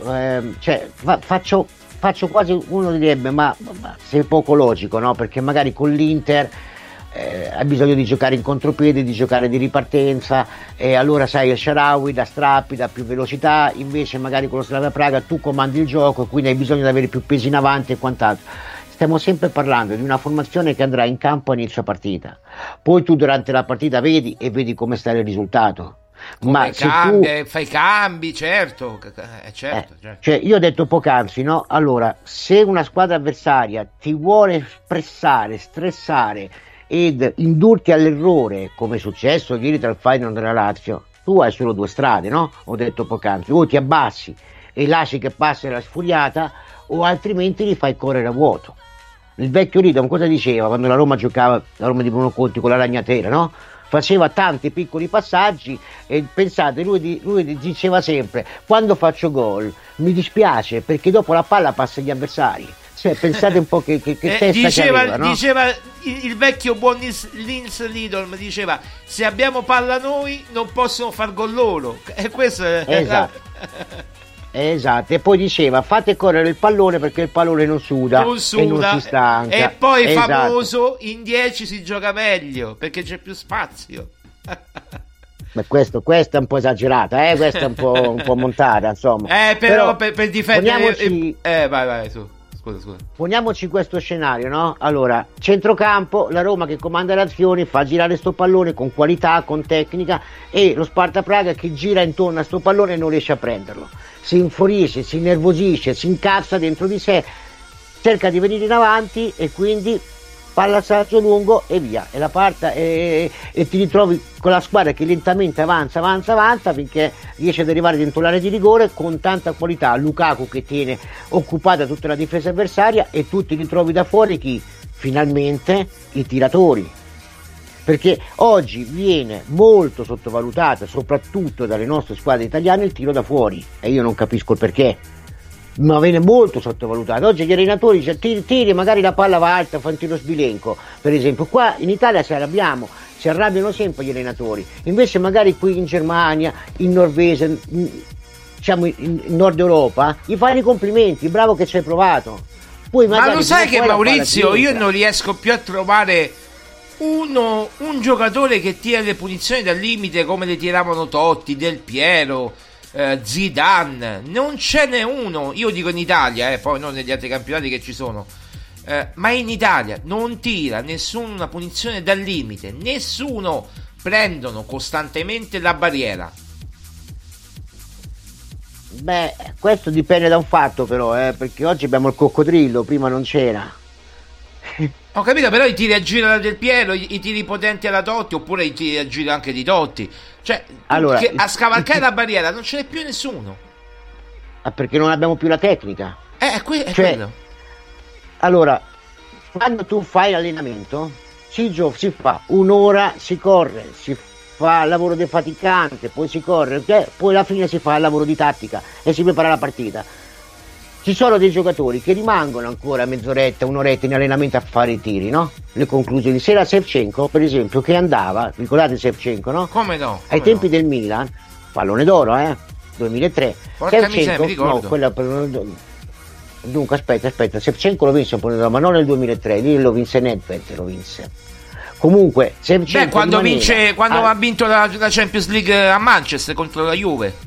faccio quasi, uno direbbe ma sei poco logico, no? Perché magari con l'Inter ha bisogno di giocare in contropiede, di giocare di ripartenza, e allora sai El Shaarawy da strappi, da più velocità, invece magari con lo Slavia Praga tu comandi il gioco e quindi hai bisogno di avere più pesi in avanti e quant'altro. Stiamo sempre parlando di una formazione che andrà in campo a inizio partita, poi tu durante la partita vedi come sta il risultato. Ma se fai cambi, certo. Cioè io ho detto poc'anzi, no? Allora, se una squadra avversaria ti vuole pressare, stressare ed indurti all'errore, come è successo ieri tra il Feyenoord e la Lazio, tu hai solo 2 strade, no? Ho detto poc'anzi, o ti abbassi e lasci che passi la sfuriata, o altrimenti li fai correre a vuoto. Il vecchio Ridon cosa diceva quando la Roma giocava, la Roma di Bruno Conti con la ragnatela, no? Faceva tanti piccoli passaggi e pensate, lui diceva sempre: quando faccio gol mi dispiace perché dopo la palla passa agli avversari. Cioè, pensate un po' che testa diceva, che aveva, no? Diceva il vecchio buon Linz Lidolm, diceva: se abbiamo palla noi non possono far gol loro, e questo è esatto, e poi diceva: fate correre il pallone perché il pallone non suda e non si stanca. E poi famoso, in 10 si gioca meglio perché c'è più spazio. Ma questo è un po' esagerata, questa è un po' montata, insomma. Però per difendere vai tu. Scusa. Poniamoci questo scenario, no? Allora, centrocampo, la Roma che comanda le azioni, fa girare sto pallone con qualità, con tecnica, e lo Sparta Praga che gira intorno a sto pallone e non riesce a prenderlo. Si infurisce, si innervosisce, si incazza dentro di sé, cerca di venire in avanti e quindi palla salto lungo e via, e la parte e ti ritrovi con la squadra che lentamente avanza finché riesce ad arrivare dentro l'area di rigore con tanta qualità. Lukaku che tiene occupata tutta la difesa avversaria, e tu ti ritrovi da fuori chi? Finalmente i tiratori, perché oggi viene molto sottovalutato soprattutto dalle nostre squadre italiane il tiro da fuori, e io non capisco il perché, ma viene molto sottovalutato. Oggi gli allenatori tiri, magari la palla va alta, fa un tiro sbilenco, per esempio. Qua in Italia si arrabbiano sempre gli allenatori, invece magari qui in Germania, in Norvegia, diciamo in Nord Europa, gli fanno i complimenti, bravo che ci hai provato. Poi ma lo sai che Maurizio, io non riesco più a trovare un giocatore che tira le punizioni dal limite come le tiravano Totti, Del Piero, Zidane, non ce n'è uno. Io dico in Italia, poi non negli altri campionati che ci sono, ma in Italia non tira nessuno una punizione dal limite, nessuno. Prendono costantemente la barriera. Beh, questo dipende da un fatto però, perché oggi abbiamo il coccodrillo, prima non c'era. Ho capito, però i tiri a giro Del Piero, i tiri potenti alla Totti, oppure i tiri a giro anche di Totti, cioè allora, a scavalcare la barriera non ce n'è più nessuno. Perché non abbiamo più la tecnica. È quello. Allora, quando tu fai l'allenamento si fa un'ora, si corre, si fa il lavoro defaticante, poi si corre, poi alla fine si fa il lavoro di tattica e si prepara la partita. Ci sono dei giocatori che rimangono ancora mezz'oretta, un'oretta in allenamento a fare i tiri, no? Le conclusioni. C'era Shevchenko, per esempio, che andava, ricordate Shevchenko, no? Come no? Ai tempi del Milan, pallone d'oro, 2003. Porca miseria, mi ricordo. No, quella dunque aspetta, Shevchenko lo vinse un pallone d'oro, ma non nel 2003, lì lo vinse Nedved, Comunque, Shevchenko quando ha vinto la Champions League a Manchester contro la Juve.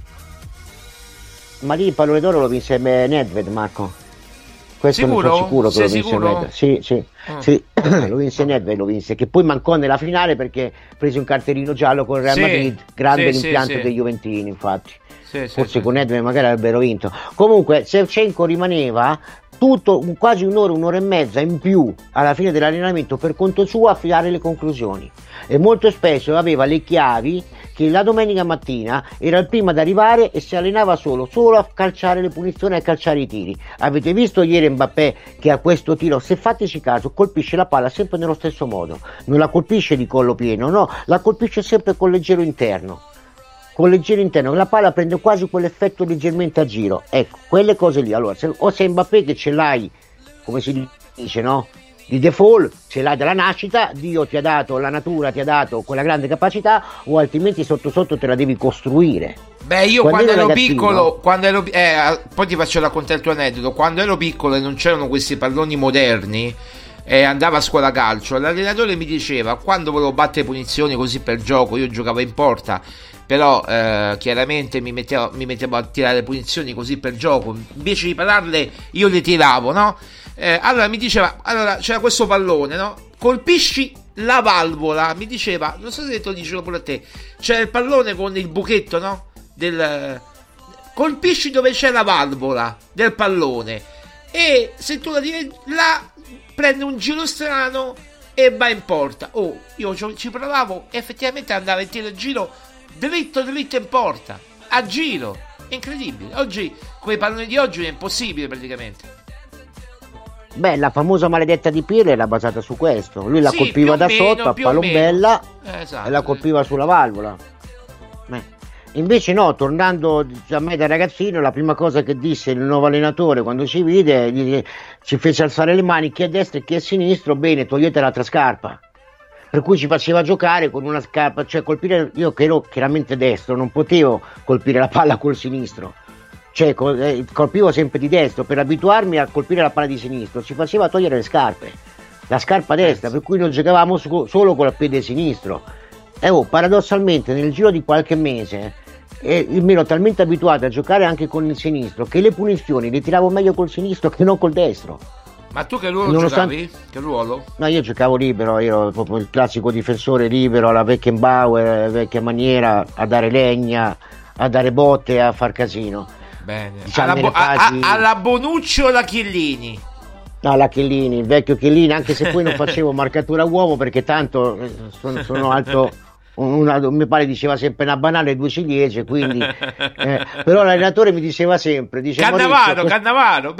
Ma lì il pallone d'oro lo vinse Nedved, Marco. Questo sicuro? Non sono sicuro che sei lo vinse sicuro? Nedved. Sì. Lo vinse Nedved, che poi mancò nella finale perché prese un cartellino giallo con il Real Madrid, grande l'impianto dei Juventini, infatti. Forse con Nedved magari avrebbero vinto. Comunque Shevchenko rimaneva quasi un'ora e mezza in più alla fine dell'allenamento per conto suo a fare le conclusioni, e molto spesso aveva le chiavi che la domenica mattina era il primo ad arrivare e si allenava solo a calciare le punizioni e a calciare i tiri. Avete visto ieri Mbappé che a questo tiro, se fateci caso, colpisce la palla sempre nello stesso modo, non la colpisce di collo pieno, no, la colpisce sempre con leggero interno, la palla prende quasi quell'effetto leggermente a giro. Ecco, quelle cose lì. Allora, se Mbappé che ce l'hai, come si dice, no? Di default, ce l'hai dalla nascita, Dio ti ha dato, la natura ti ha dato quella grande capacità, o altrimenti sotto te la devi costruire. Beh, io quando ero piccolo, poi ti faccio raccontare il tuo aneddoto. Quando ero piccolo e non c'erano questi palloni moderni, andavo a scuola calcio, l'allenatore mi diceva, quando volevo battere punizioni così per gioco, io giocavo in porta, però chiaramente mi mettevo a tirare punizioni così per gioco, invece di pararle io le tiravo, no? Allora mi diceva, c'era questo pallone, no? Colpisci la valvola, mi diceva, non so se te lo dicevo pure a te, c'era il pallone con il buchetto, no? Colpisci dove c'è la valvola del pallone, e se tu la tiri là prende un giro strano e va in porta. Io ci provavo, effettivamente andava in tiro a giro dritto in porta, a giro, incredibile. Oggi con i palloni di oggi è impossibile praticamente. Beh, la famosa maledetta di Pirlo era basata su questo, lui la colpiva da sotto a palombella, esatto, e la colpiva sulla valvola. Invece no, tornando a me da ragazzino, la prima cosa che disse il nuovo allenatore quando ci vide, ci fece alzare le mani, chi è destro e chi è sinistro, bene, togliete l'altra scarpa. Per cui ci faceva giocare con una scarpa, cioè colpire, io che ero chiaramente destro, non potevo colpire la palla col sinistro, cioè colpivo sempre di destro, per abituarmi a colpire la palla di sinistro ci faceva togliere le scarpe, la scarpa destra, per cui noi giocavamo solo con il piede sinistro. Paradossalmente nel giro di qualche mese e mi ero talmente abituato a giocare anche con il sinistro che le punizioni le tiravo meglio col sinistro che non col destro. Ma tu che ruolo giocavi? Che ruolo? No, io giocavo libero, io ero proprio il classico difensore libero alla Beckenbauer, vecchia maniera, a dare legna, a dare botte, a far casino. Bene. Diciamo alla Bonucci o la Chiellini? No, la Chiellini, il vecchio Chiellini, anche se poi non facevo marcatura uomo perché tanto sono alto, mi pare diceva sempre una banana e 2 ciliegie, quindi però l'allenatore mi diceva sempre Cannavaro, no?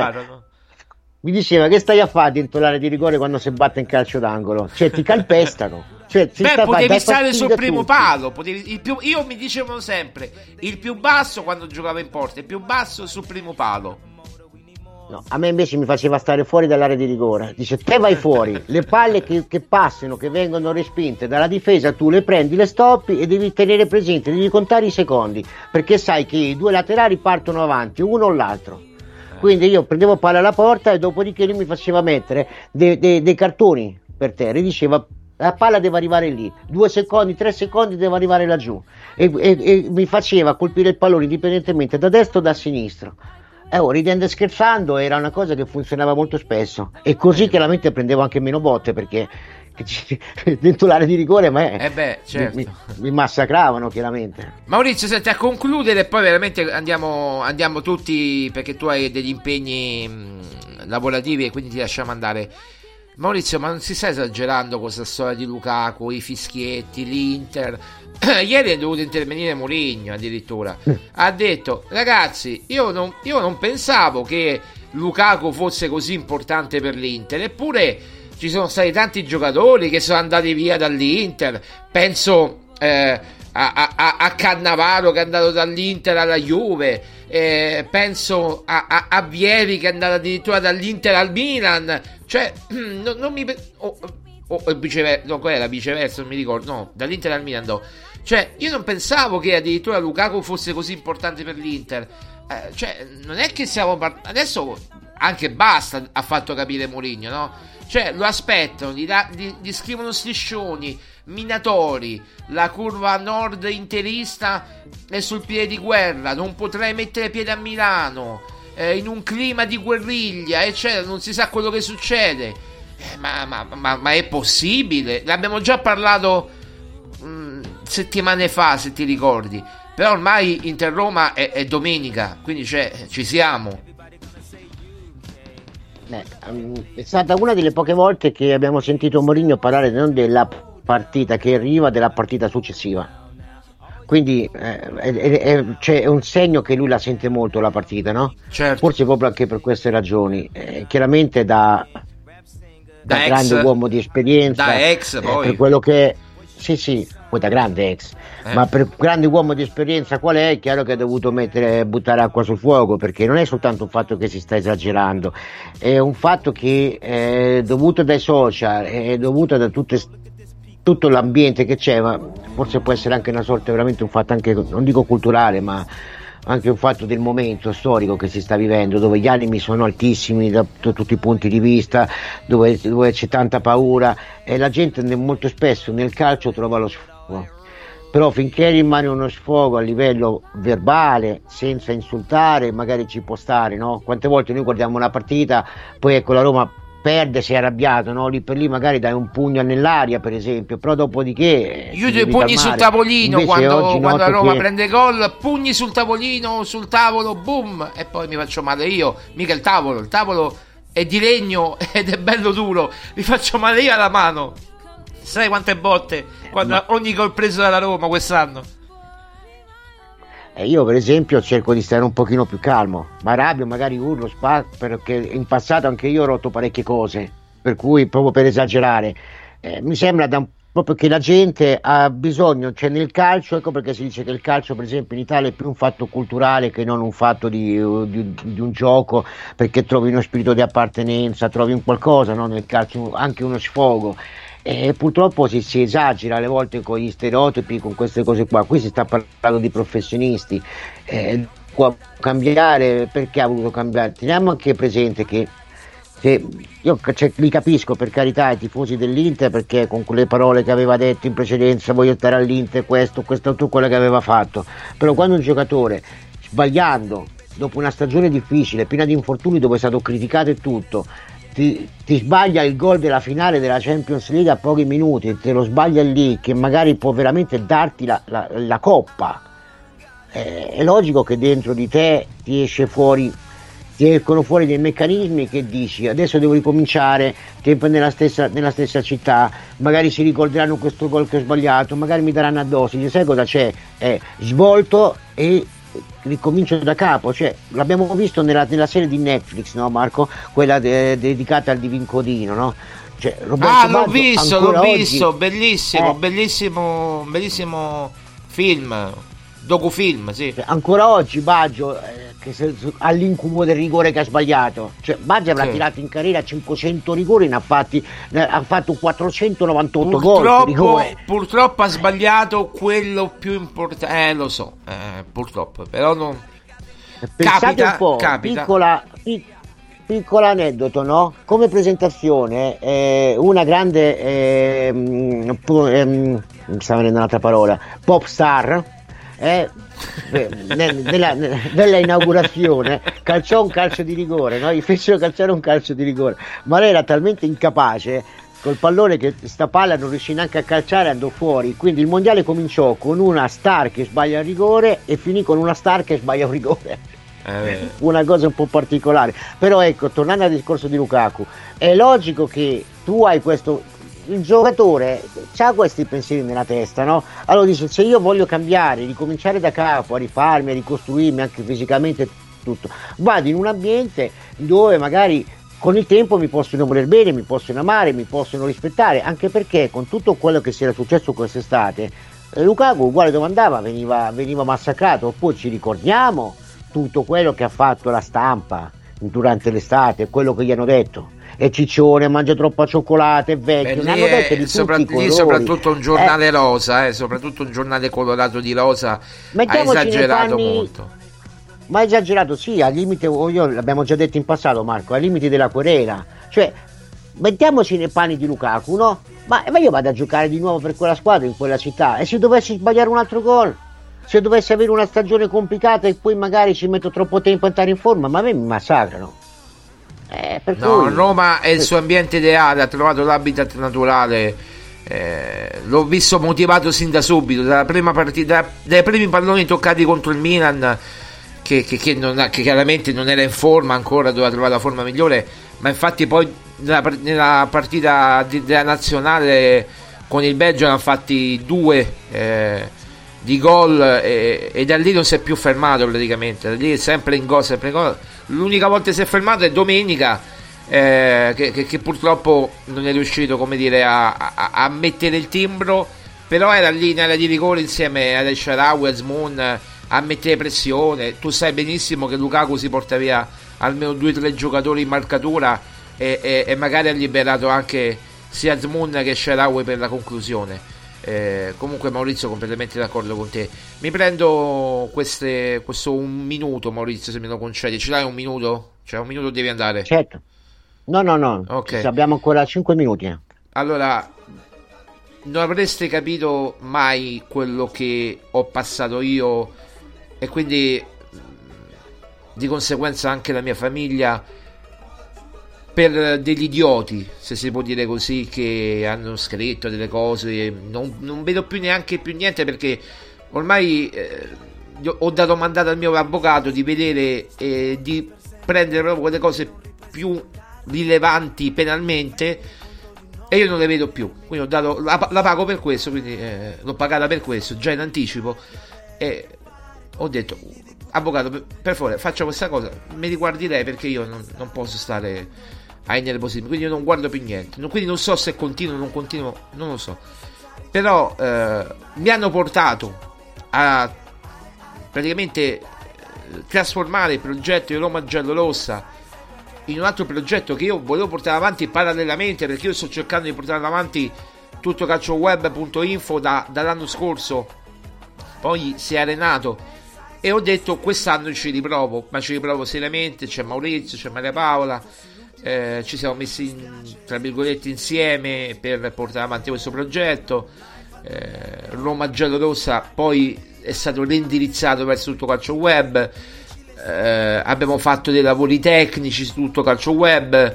Mi diceva che stai a fare dentro l'area di rigore quando si batte in calcio d'angolo, cioè ti calpestano, cioè, potevi stare sul primo palo, io mi dicevano sempre il più basso quando giocavo in porta, il più basso sul primo palo. No, a me invece mi faceva stare fuori dall'area di rigore. Dice te vai fuori, le palle che passano, che vengono respinte dalla difesa, tu le prendi, le stoppi e devi tenere presente, devi contare i secondi, perché sai che i 2 laterali partono avanti, uno o l'altro. Quindi io prendevo palla alla porta e dopodiché lui mi faceva mettere dei cartoni per terra e diceva la palla deve arrivare lì, 2 secondi, 3 secondi deve arrivare laggiù e mi faceva colpire il pallone indipendentemente da destra o da sinistra. Ridendo e scherzando era una cosa che funzionava molto spesso e così chiaramente prendevo anche meno botte perché dentro l'area di rigore certo. mi massacravano chiaramente. Maurizio, senti, a concludere poi veramente andiamo tutti perché tu hai degli impegni lavorativi e quindi ti lasciamo andare. Maurizio, ma non si sta esagerando con questa storia di Lukaku, i fischietti, l'Inter? Ieri è dovuto intervenire Mourinho addirittura. Ha detto, ragazzi, io non pensavo che Lukaku fosse così importante per l'Inter, eppure ci sono stati tanti giocatori che sono andati via dall'Inter. Penso a Cannavaro che è andato dall'Inter alla Juve, penso a Vieri che è andato addirittura dall'Inter al Milan, cioè non mi viceversa, no, qual era viceversa, non mi ricordo, no, dall'Inter al Milan no. Cioè io non pensavo che addirittura Lukaku fosse così importante per l'Inter, cioè non è che siamo adesso anche basta, ha fatto capire Mourinho, no? Cioè lo aspettano, gli scrivono striscioni minatori, la curva nord interista è sul piede di guerra, non potrei mettere piede a Milano, in un clima di guerriglia, eccetera, non si sa quello che succede. Ma è possibile? L'abbiamo già parlato settimane fa, se ti ricordi, però ormai Inter-Roma è domenica, quindi ci siamo. È stata una delle poche volte che abbiamo sentito Mourinho parlare non della partita che arriva, della partita successiva, quindi c'è un segno che lui la sente molto la partita, no? Certo. Forse proprio anche per queste ragioni, chiaramente da grande uomo di esperienza, da ex poi per quello che sì, poi da grande ex, ma per grande uomo di esperienza qual è chiaro che ha dovuto buttare acqua sul fuoco, perché non è soltanto un fatto che si sta esagerando, è un fatto che è dovuto dai social, è dovuto da tutto l'ambiente che c'è, ma forse può essere anche una sorta, veramente un fatto anche, non dico culturale, ma anche un fatto del momento storico che si sta vivendo, dove gli animi sono altissimi da tutti i punti di vista, dove c'è tanta paura e la gente molto spesso nel calcio trova lo sfogo, però finché rimane uno sfogo a livello verbale senza insultare magari ci può stare, no? Quante volte noi guardiamo una partita, poi ecco la Roma perde, sei arrabbiato, no? Lì per lì magari dai un pugno nell'aria per esempio, però dopodiché io dei pugni sul tavolino quando la Roma prende gol, pugni sul tavolino, sul tavolo, boom, e poi mi faccio male io, mica il tavolo è di legno ed è bello duro, mi faccio male io alla mano. Sai quante botte quando ogni gol preso dalla Roma quest'anno. Io per esempio cerco di stare un pochino più calmo, ma arrabbio, magari urlo, perché in passato anche io ho rotto parecchie cose, per cui proprio per esagerare, mi sembra proprio che la gente ha bisogno, cioè nel calcio, ecco perché si dice che il calcio per esempio in Italia è più un fatto culturale che non un fatto di un gioco, perché trovi uno spirito di appartenenza, trovi un qualcosa, no? Nel calcio anche uno sfogo. E purtroppo si esagera alle volte con gli stereotipi, con queste cose qua. Qui si sta parlando di professionisti, può cambiare, perché ha voluto cambiare? Teniamo anche presente che li capisco, per carità, i tifosi dell'Inter, perché con quelle parole che aveva detto in precedenza, voglio stare all'Inter, questo è tutto quello che aveva fatto, però quando un giocatore, sbagliando dopo una stagione difficile, piena di infortuni, dove è stato criticato e tutto, ti sbaglia il gol della finale della Champions League a pochi minuti, te lo sbaglia lì, che magari può veramente darti la coppa, è logico che dentro di te ti escono fuori dei meccanismi che dici adesso devo ricominciare sempre nella stessa città, magari si ricorderanno questo gol che ho sbagliato, magari mi daranno addosso, sai cosa c'è? Svolto e ricomincio da capo, cioè l'abbiamo visto nella serie di Netflix, no Marco? Quella dedicata al Divin Codino, no? Cioè, l'ho visto, bellissimo, bellissimo film, docufilm, sì. Cioè, ancora oggi Baggio ha l'incubo del rigore che ha sbagliato, cioè Baggio avrà tirato in carriera 500 rigori, ha fatto 498 gol. Purtroppo ha sbagliato quello più importante, lo so, purtroppo, però non pensate capita, un po', capita. Piccolo aneddoto, no? Come presentazione, una grande mi stava venendo un'altra parola, pop star, nella inaugurazione calciò un calcio di rigore, no? Gli fecero calciare un calcio di rigore, ma lei era talmente incapace col pallone che sta palla non riuscì neanche a calciare, andò fuori, quindi il mondiale cominciò con una star che sbaglia il rigore e finì con una star che sbaglia un rigore. Una cosa un po' particolare, però ecco, tornando al discorso di Lukaku, è logico che tu hai il giocatore ha questi pensieri nella testa, no? Allora dice, se io voglio cambiare, ricominciare da capo, a rifarmi, a ricostruirmi anche fisicamente, tutto, vado in un ambiente dove magari con il tempo mi possono voler bene, mi possono amare, mi possono rispettare, anche perché con tutto quello che si era successo quest'estate, Lukaku uguale dove andava veniva massacrato. Poi ci ricordiamo tutto quello che ha fatto la stampa durante l'estate, quello che gli hanno detto, è ciccione, mangia troppa cioccolata, è vecchio, ne hanno detto di tutti i colori. Soprattutto un giornale rosa, soprattutto un giornale colorato di rosa, ha esagerato molto. Ma esagerato, sì, al limite, l'abbiamo già detto in passato Marco, ai limiti della querela, cioè mettiamoci nei panni di Lukaku, no? Ma io vado a giocare di nuovo per quella squadra in quella città, e se dovessi sbagliare un altro gol, se dovessi avere una stagione complicata e poi magari ci metto troppo tempo a entrare in forma, ma a me mi massacrano. Roma è il suo ambiente ideale, ha trovato l'habitat naturale, l'ho visto motivato sin da subito, dalla prima partita, dai primi palloni toccati contro il Milan, che chiaramente non era in forma ancora, doveva trovare la forma migliore, ma infatti poi nella partita della nazionale con il Belgio hanno fatti 2 di gol, e da lì non si è più fermato praticamente, da lì è sempre in gol. L'unica volta che si è fermato è domenica, che purtroppo non è riuscito, come dire, a mettere il timbro, però era lì in area di rigore insieme a El Shaarawy, a Azmoun, a mettere pressione. Tu sai benissimo che Lukaku si porta via almeno 2-3 giocatori in marcatura, e magari ha liberato anche sia Azmoun che Shaarawy per la conclusione. Comunque Maurizio, completamente d'accordo con te. Mi prendo questo un minuto, Maurizio, se me lo concedi. Ce l'hai un minuto? Cioè un minuto devi andare? Certo. No, okay. Abbiamo ancora 5 minuti. Allora, non avreste capito mai quello che ho passato io, e quindi di conseguenza anche la mia famiglia, per degli idioti, se si può dire così, che hanno scritto delle cose. Non vedo più neanche niente, perché ormai ho dato mandato al mio avvocato di vedere e di prendere proprio quelle cose più rilevanti penalmente, e io non le vedo più, quindi ho dato la pago per questo, quindi l'ho pagata per questo già in anticipo, e ho detto: avvocato, per favore faccia questa cosa, mi riguardi lei, perché io non posso stare ai nervosismi, quindi io non guardo più niente, quindi non so se continuo o non continuo, non lo so, però mi hanno portato a praticamente trasformare il progetto di Roma giallorossa in un altro progetto che io volevo portare avanti parallelamente, perché io sto cercando di portare avanti tutto calcioweb.info dall'anno scorso, poi si è arenato, e ho detto quest'anno ci riprovo, ma ci riprovo seriamente. C'è Maurizio, c'è Maria Paola, ci siamo messi tra virgolette insieme per portare avanti questo progetto. Roma Giallorossa poi è stato reindirizzato verso Tutto Calcio Web. Abbiamo fatto dei lavori tecnici su Tutto Calcio Web,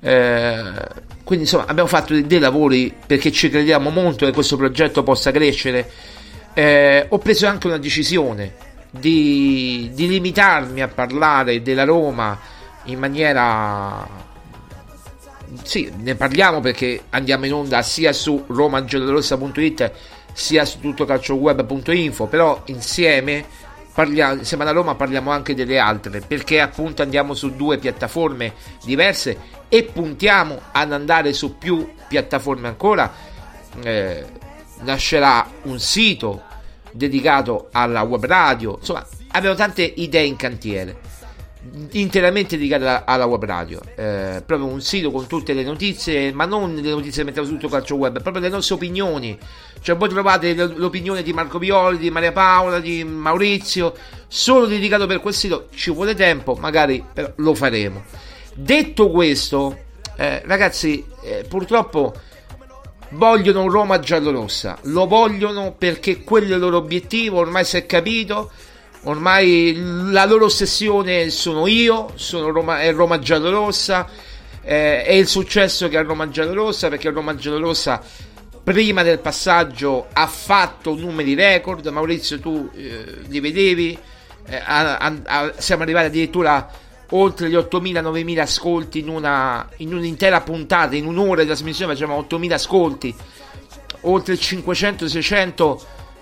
quindi insomma abbiamo fatto dei lavori perché ci crediamo molto che questo progetto possa crescere. Ho preso anche una decisione di limitarmi a parlare della Roma in maniera, sì, ne parliamo perché andiamo in onda sia su romagiallorossa.it sia su tuttocalcioweb.info, però insieme alla Roma parliamo anche delle altre, perché appunto andiamo su 2 piattaforme diverse e puntiamo ad andare su più piattaforme ancora. Nascerà un sito dedicato alla web radio, insomma abbiamo tante idee in cantiere interamente dedicate alla web radio, proprio un sito con tutte le notizie, ma non le notizie che mettiamo su Tutto Calcio Web, proprio le nostre opinioni. Cioè voi trovate l'opinione di Marco Violi, di Maria Paola, di Maurizio, solo dedicato per quel sito. Ci vuole tempo, magari però lo faremo. Detto questo, ragazzi, purtroppo vogliono Roma Giallorossa, lo vogliono perché quello è il loro obiettivo, ormai si è capito. Ormai la loro ossessione sono io, è Roma Giallorossa, è il successo che ha Roma Giallorossa, perché Roma Giallorossa prima del passaggio ha fatto numeri record. Maurizio, tu li vedevi, siamo arrivati addirittura oltre gli 8.000-9.000 ascolti in un'intera puntata, in un'ora di trasmissione facevamo 8.000 ascolti, oltre il 500-600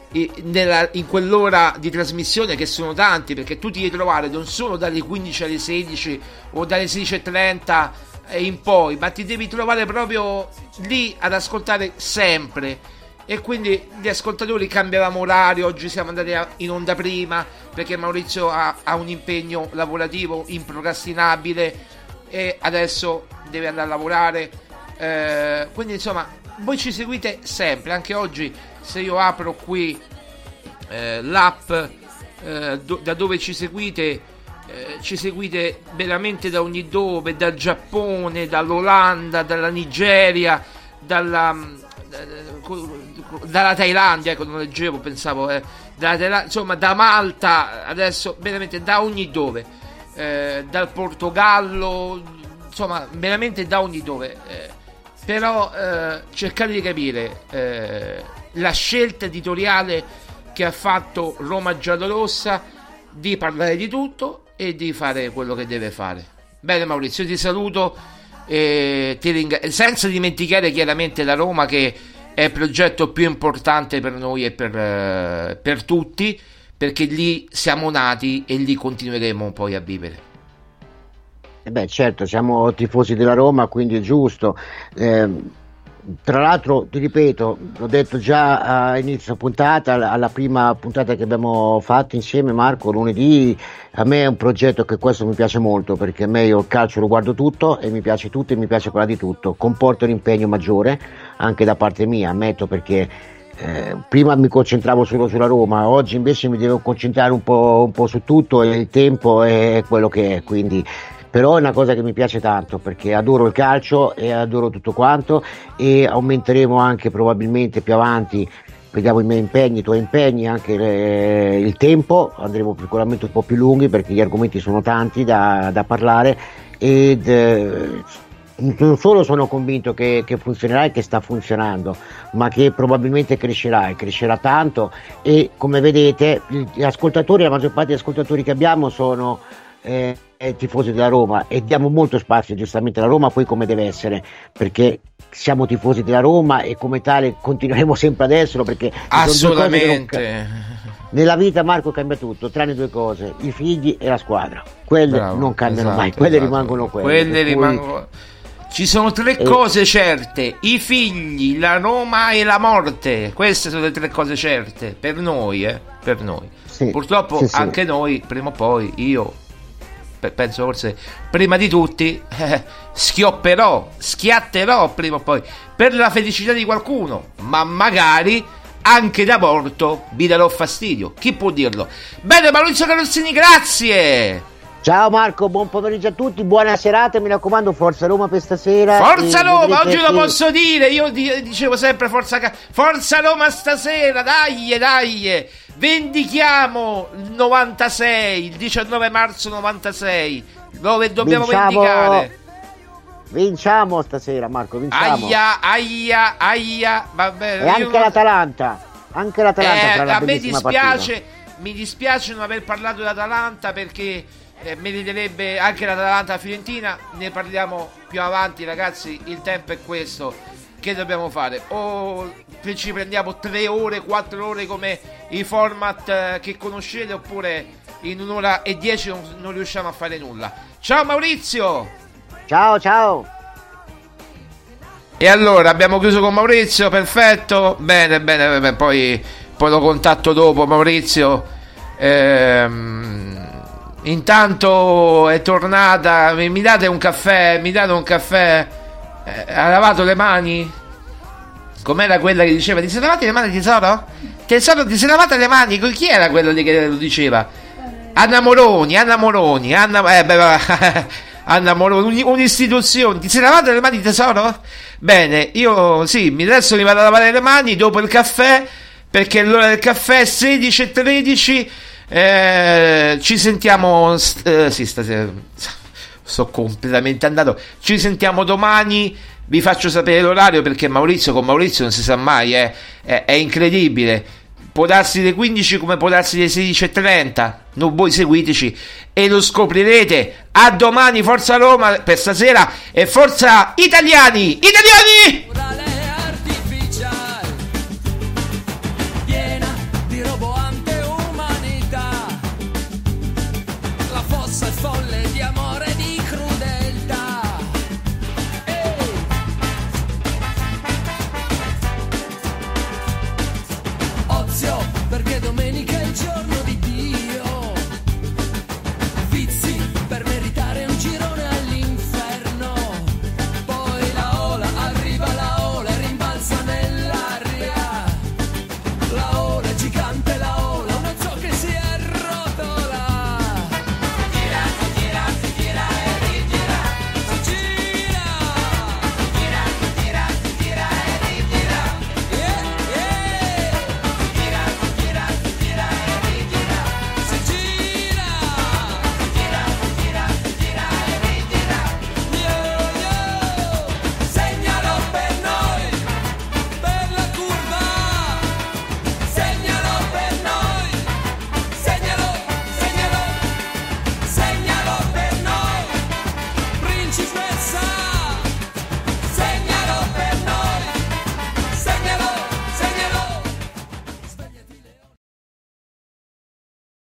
in quell'ora di trasmissione, che sono tanti, perché tu ti devi trovare non solo dalle 15 alle 16 o dalle 16:30 in poi, ma ti devi trovare proprio lì ad ascoltare sempre, e quindi gli ascoltatori cambiavamo orario. Oggi siamo andati in onda prima perché Maurizio ha un impegno lavorativo improcrastinabile e adesso deve andare a lavorare, quindi insomma voi ci seguite sempre. Anche oggi, se io apro qui l'app da dove ci seguite veramente da ogni dove, dal Giappone, dall'Olanda, dalla Nigeria, dalla Thailandia, ecco, non leggevo, pensavo dalla Thailandia, insomma da Malta, adesso veramente da ogni dove, dal Portogallo, insomma veramente da ogni dove, però cercate di capire la scelta editoriale che ha fatto Roma Giallorossa di parlare di tutto e di fare quello che deve fare. Bene Maurizio, ti saluto senza dimenticare chiaramente la Roma, che è il progetto più importante per noi e per tutti, perché lì siamo nati e lì continueremo poi a vivere. Certo, siamo tifosi della Roma, quindi è giusto. Tra l'altro, ti ripeto, l'ho detto già a inizio puntata, alla prima puntata che abbiamo fatto insieme, Marco, lunedì, a me è un progetto che questo mi piace molto, perché a me, io il calcio lo guardo tutto e mi piace tutto e mi piace parlare di tutto. Comporta un impegno maggiore anche da parte mia, ammetto, perché prima mi concentravo solo sulla Roma, oggi invece mi devo concentrare un po' su tutto, e il tempo è quello che è, quindi però è una cosa che mi piace tanto, perché adoro il calcio e adoro tutto quanto, e aumenteremo anche probabilmente più avanti, vediamo i miei impegni, i tuoi impegni, anche il tempo, andremo sicuramente un po' più lunghi perché gli argomenti sono tanti da parlare, ed non solo sono convinto che funzionerà e che sta funzionando, ma che probabilmente crescerà e crescerà tanto. E come vedete gli ascoltatori, la maggior parte degli ascoltatori che abbiamo sono tifosi della Roma, e diamo molto spazio giustamente alla Roma, poi come deve essere, perché siamo tifosi della Roma e come tale continueremo sempre ad esserlo, perché assolutamente nella vita, Marco, cambia tutto tranne 2 cose: i figli e la squadra. Quelle non cambiano mai, quelle rimangono quelle. Rimangono. Ci sono 3 cose certe: i figli, la Roma e la morte. Queste sono le 3 cose certe per noi, per noi. Sì, purtroppo sì. Anche noi prima o poi, io penso forse prima di tutti, schiatterò prima o poi per la felicità di qualcuno, ma magari anche da morto vi darò fastidio, chi può dirlo. Bene, Maurizio Carrozzini, grazie. Ciao Marco, buon pomeriggio a tutti, buona serata, mi raccomando, Forza Roma per stasera. Forza Roma, oggi lo che... posso dire, io dicevo sempre Forza Roma stasera, dai, vendichiamo il 96, il 19 marzo 96, dove dobbiamo vendicare. Vinciamo stasera Marco, vinciamo. Aia, va bene. E anche l'Atalanta farà la a me bellissima partita. Mi dispiace non aver parlato dell'Atalanta perché meriterebbe anche l'Atalanta Fiorentina. Ne parliamo più avanti, ragazzi. Il tempo è questo. Che dobbiamo fare? O ci prendiamo 3 ore, 4 ore come i format che conoscete, oppure in 1 ora e 10 non riusciamo a fare nulla. Ciao Maurizio. Ciao. E allora abbiamo chiuso con Maurizio, perfetto. Bene, poi lo contatto dopo Maurizio. Intanto è tornata. Mi date un caffè? Ha lavato le mani? Com'era quella che diceva: ti sei lavate le mani, tesoro? Tesoro, ti sei lavate le mani? Chi era quello che lo diceva? Anna Moroni. Anna Moroni, un'istituzione. Ti sei lavate le mani, tesoro? Bene, io sì, adesso mi vado a lavare le mani dopo il caffè, perché l'ora del caffè è 16:13. Ci sentiamo sì, stasera sto completamente andato. Ci sentiamo domani, vi faccio sapere l'orario, perché con Maurizio non si sa mai, è incredibile. Può darsi le 15 come può darsi le 16:30. Voi seguiteci e lo scoprirete. A domani, Forza Roma per stasera e forza Italiani! Artificiale, piena di roboante umanità. La fossa è folle di amore.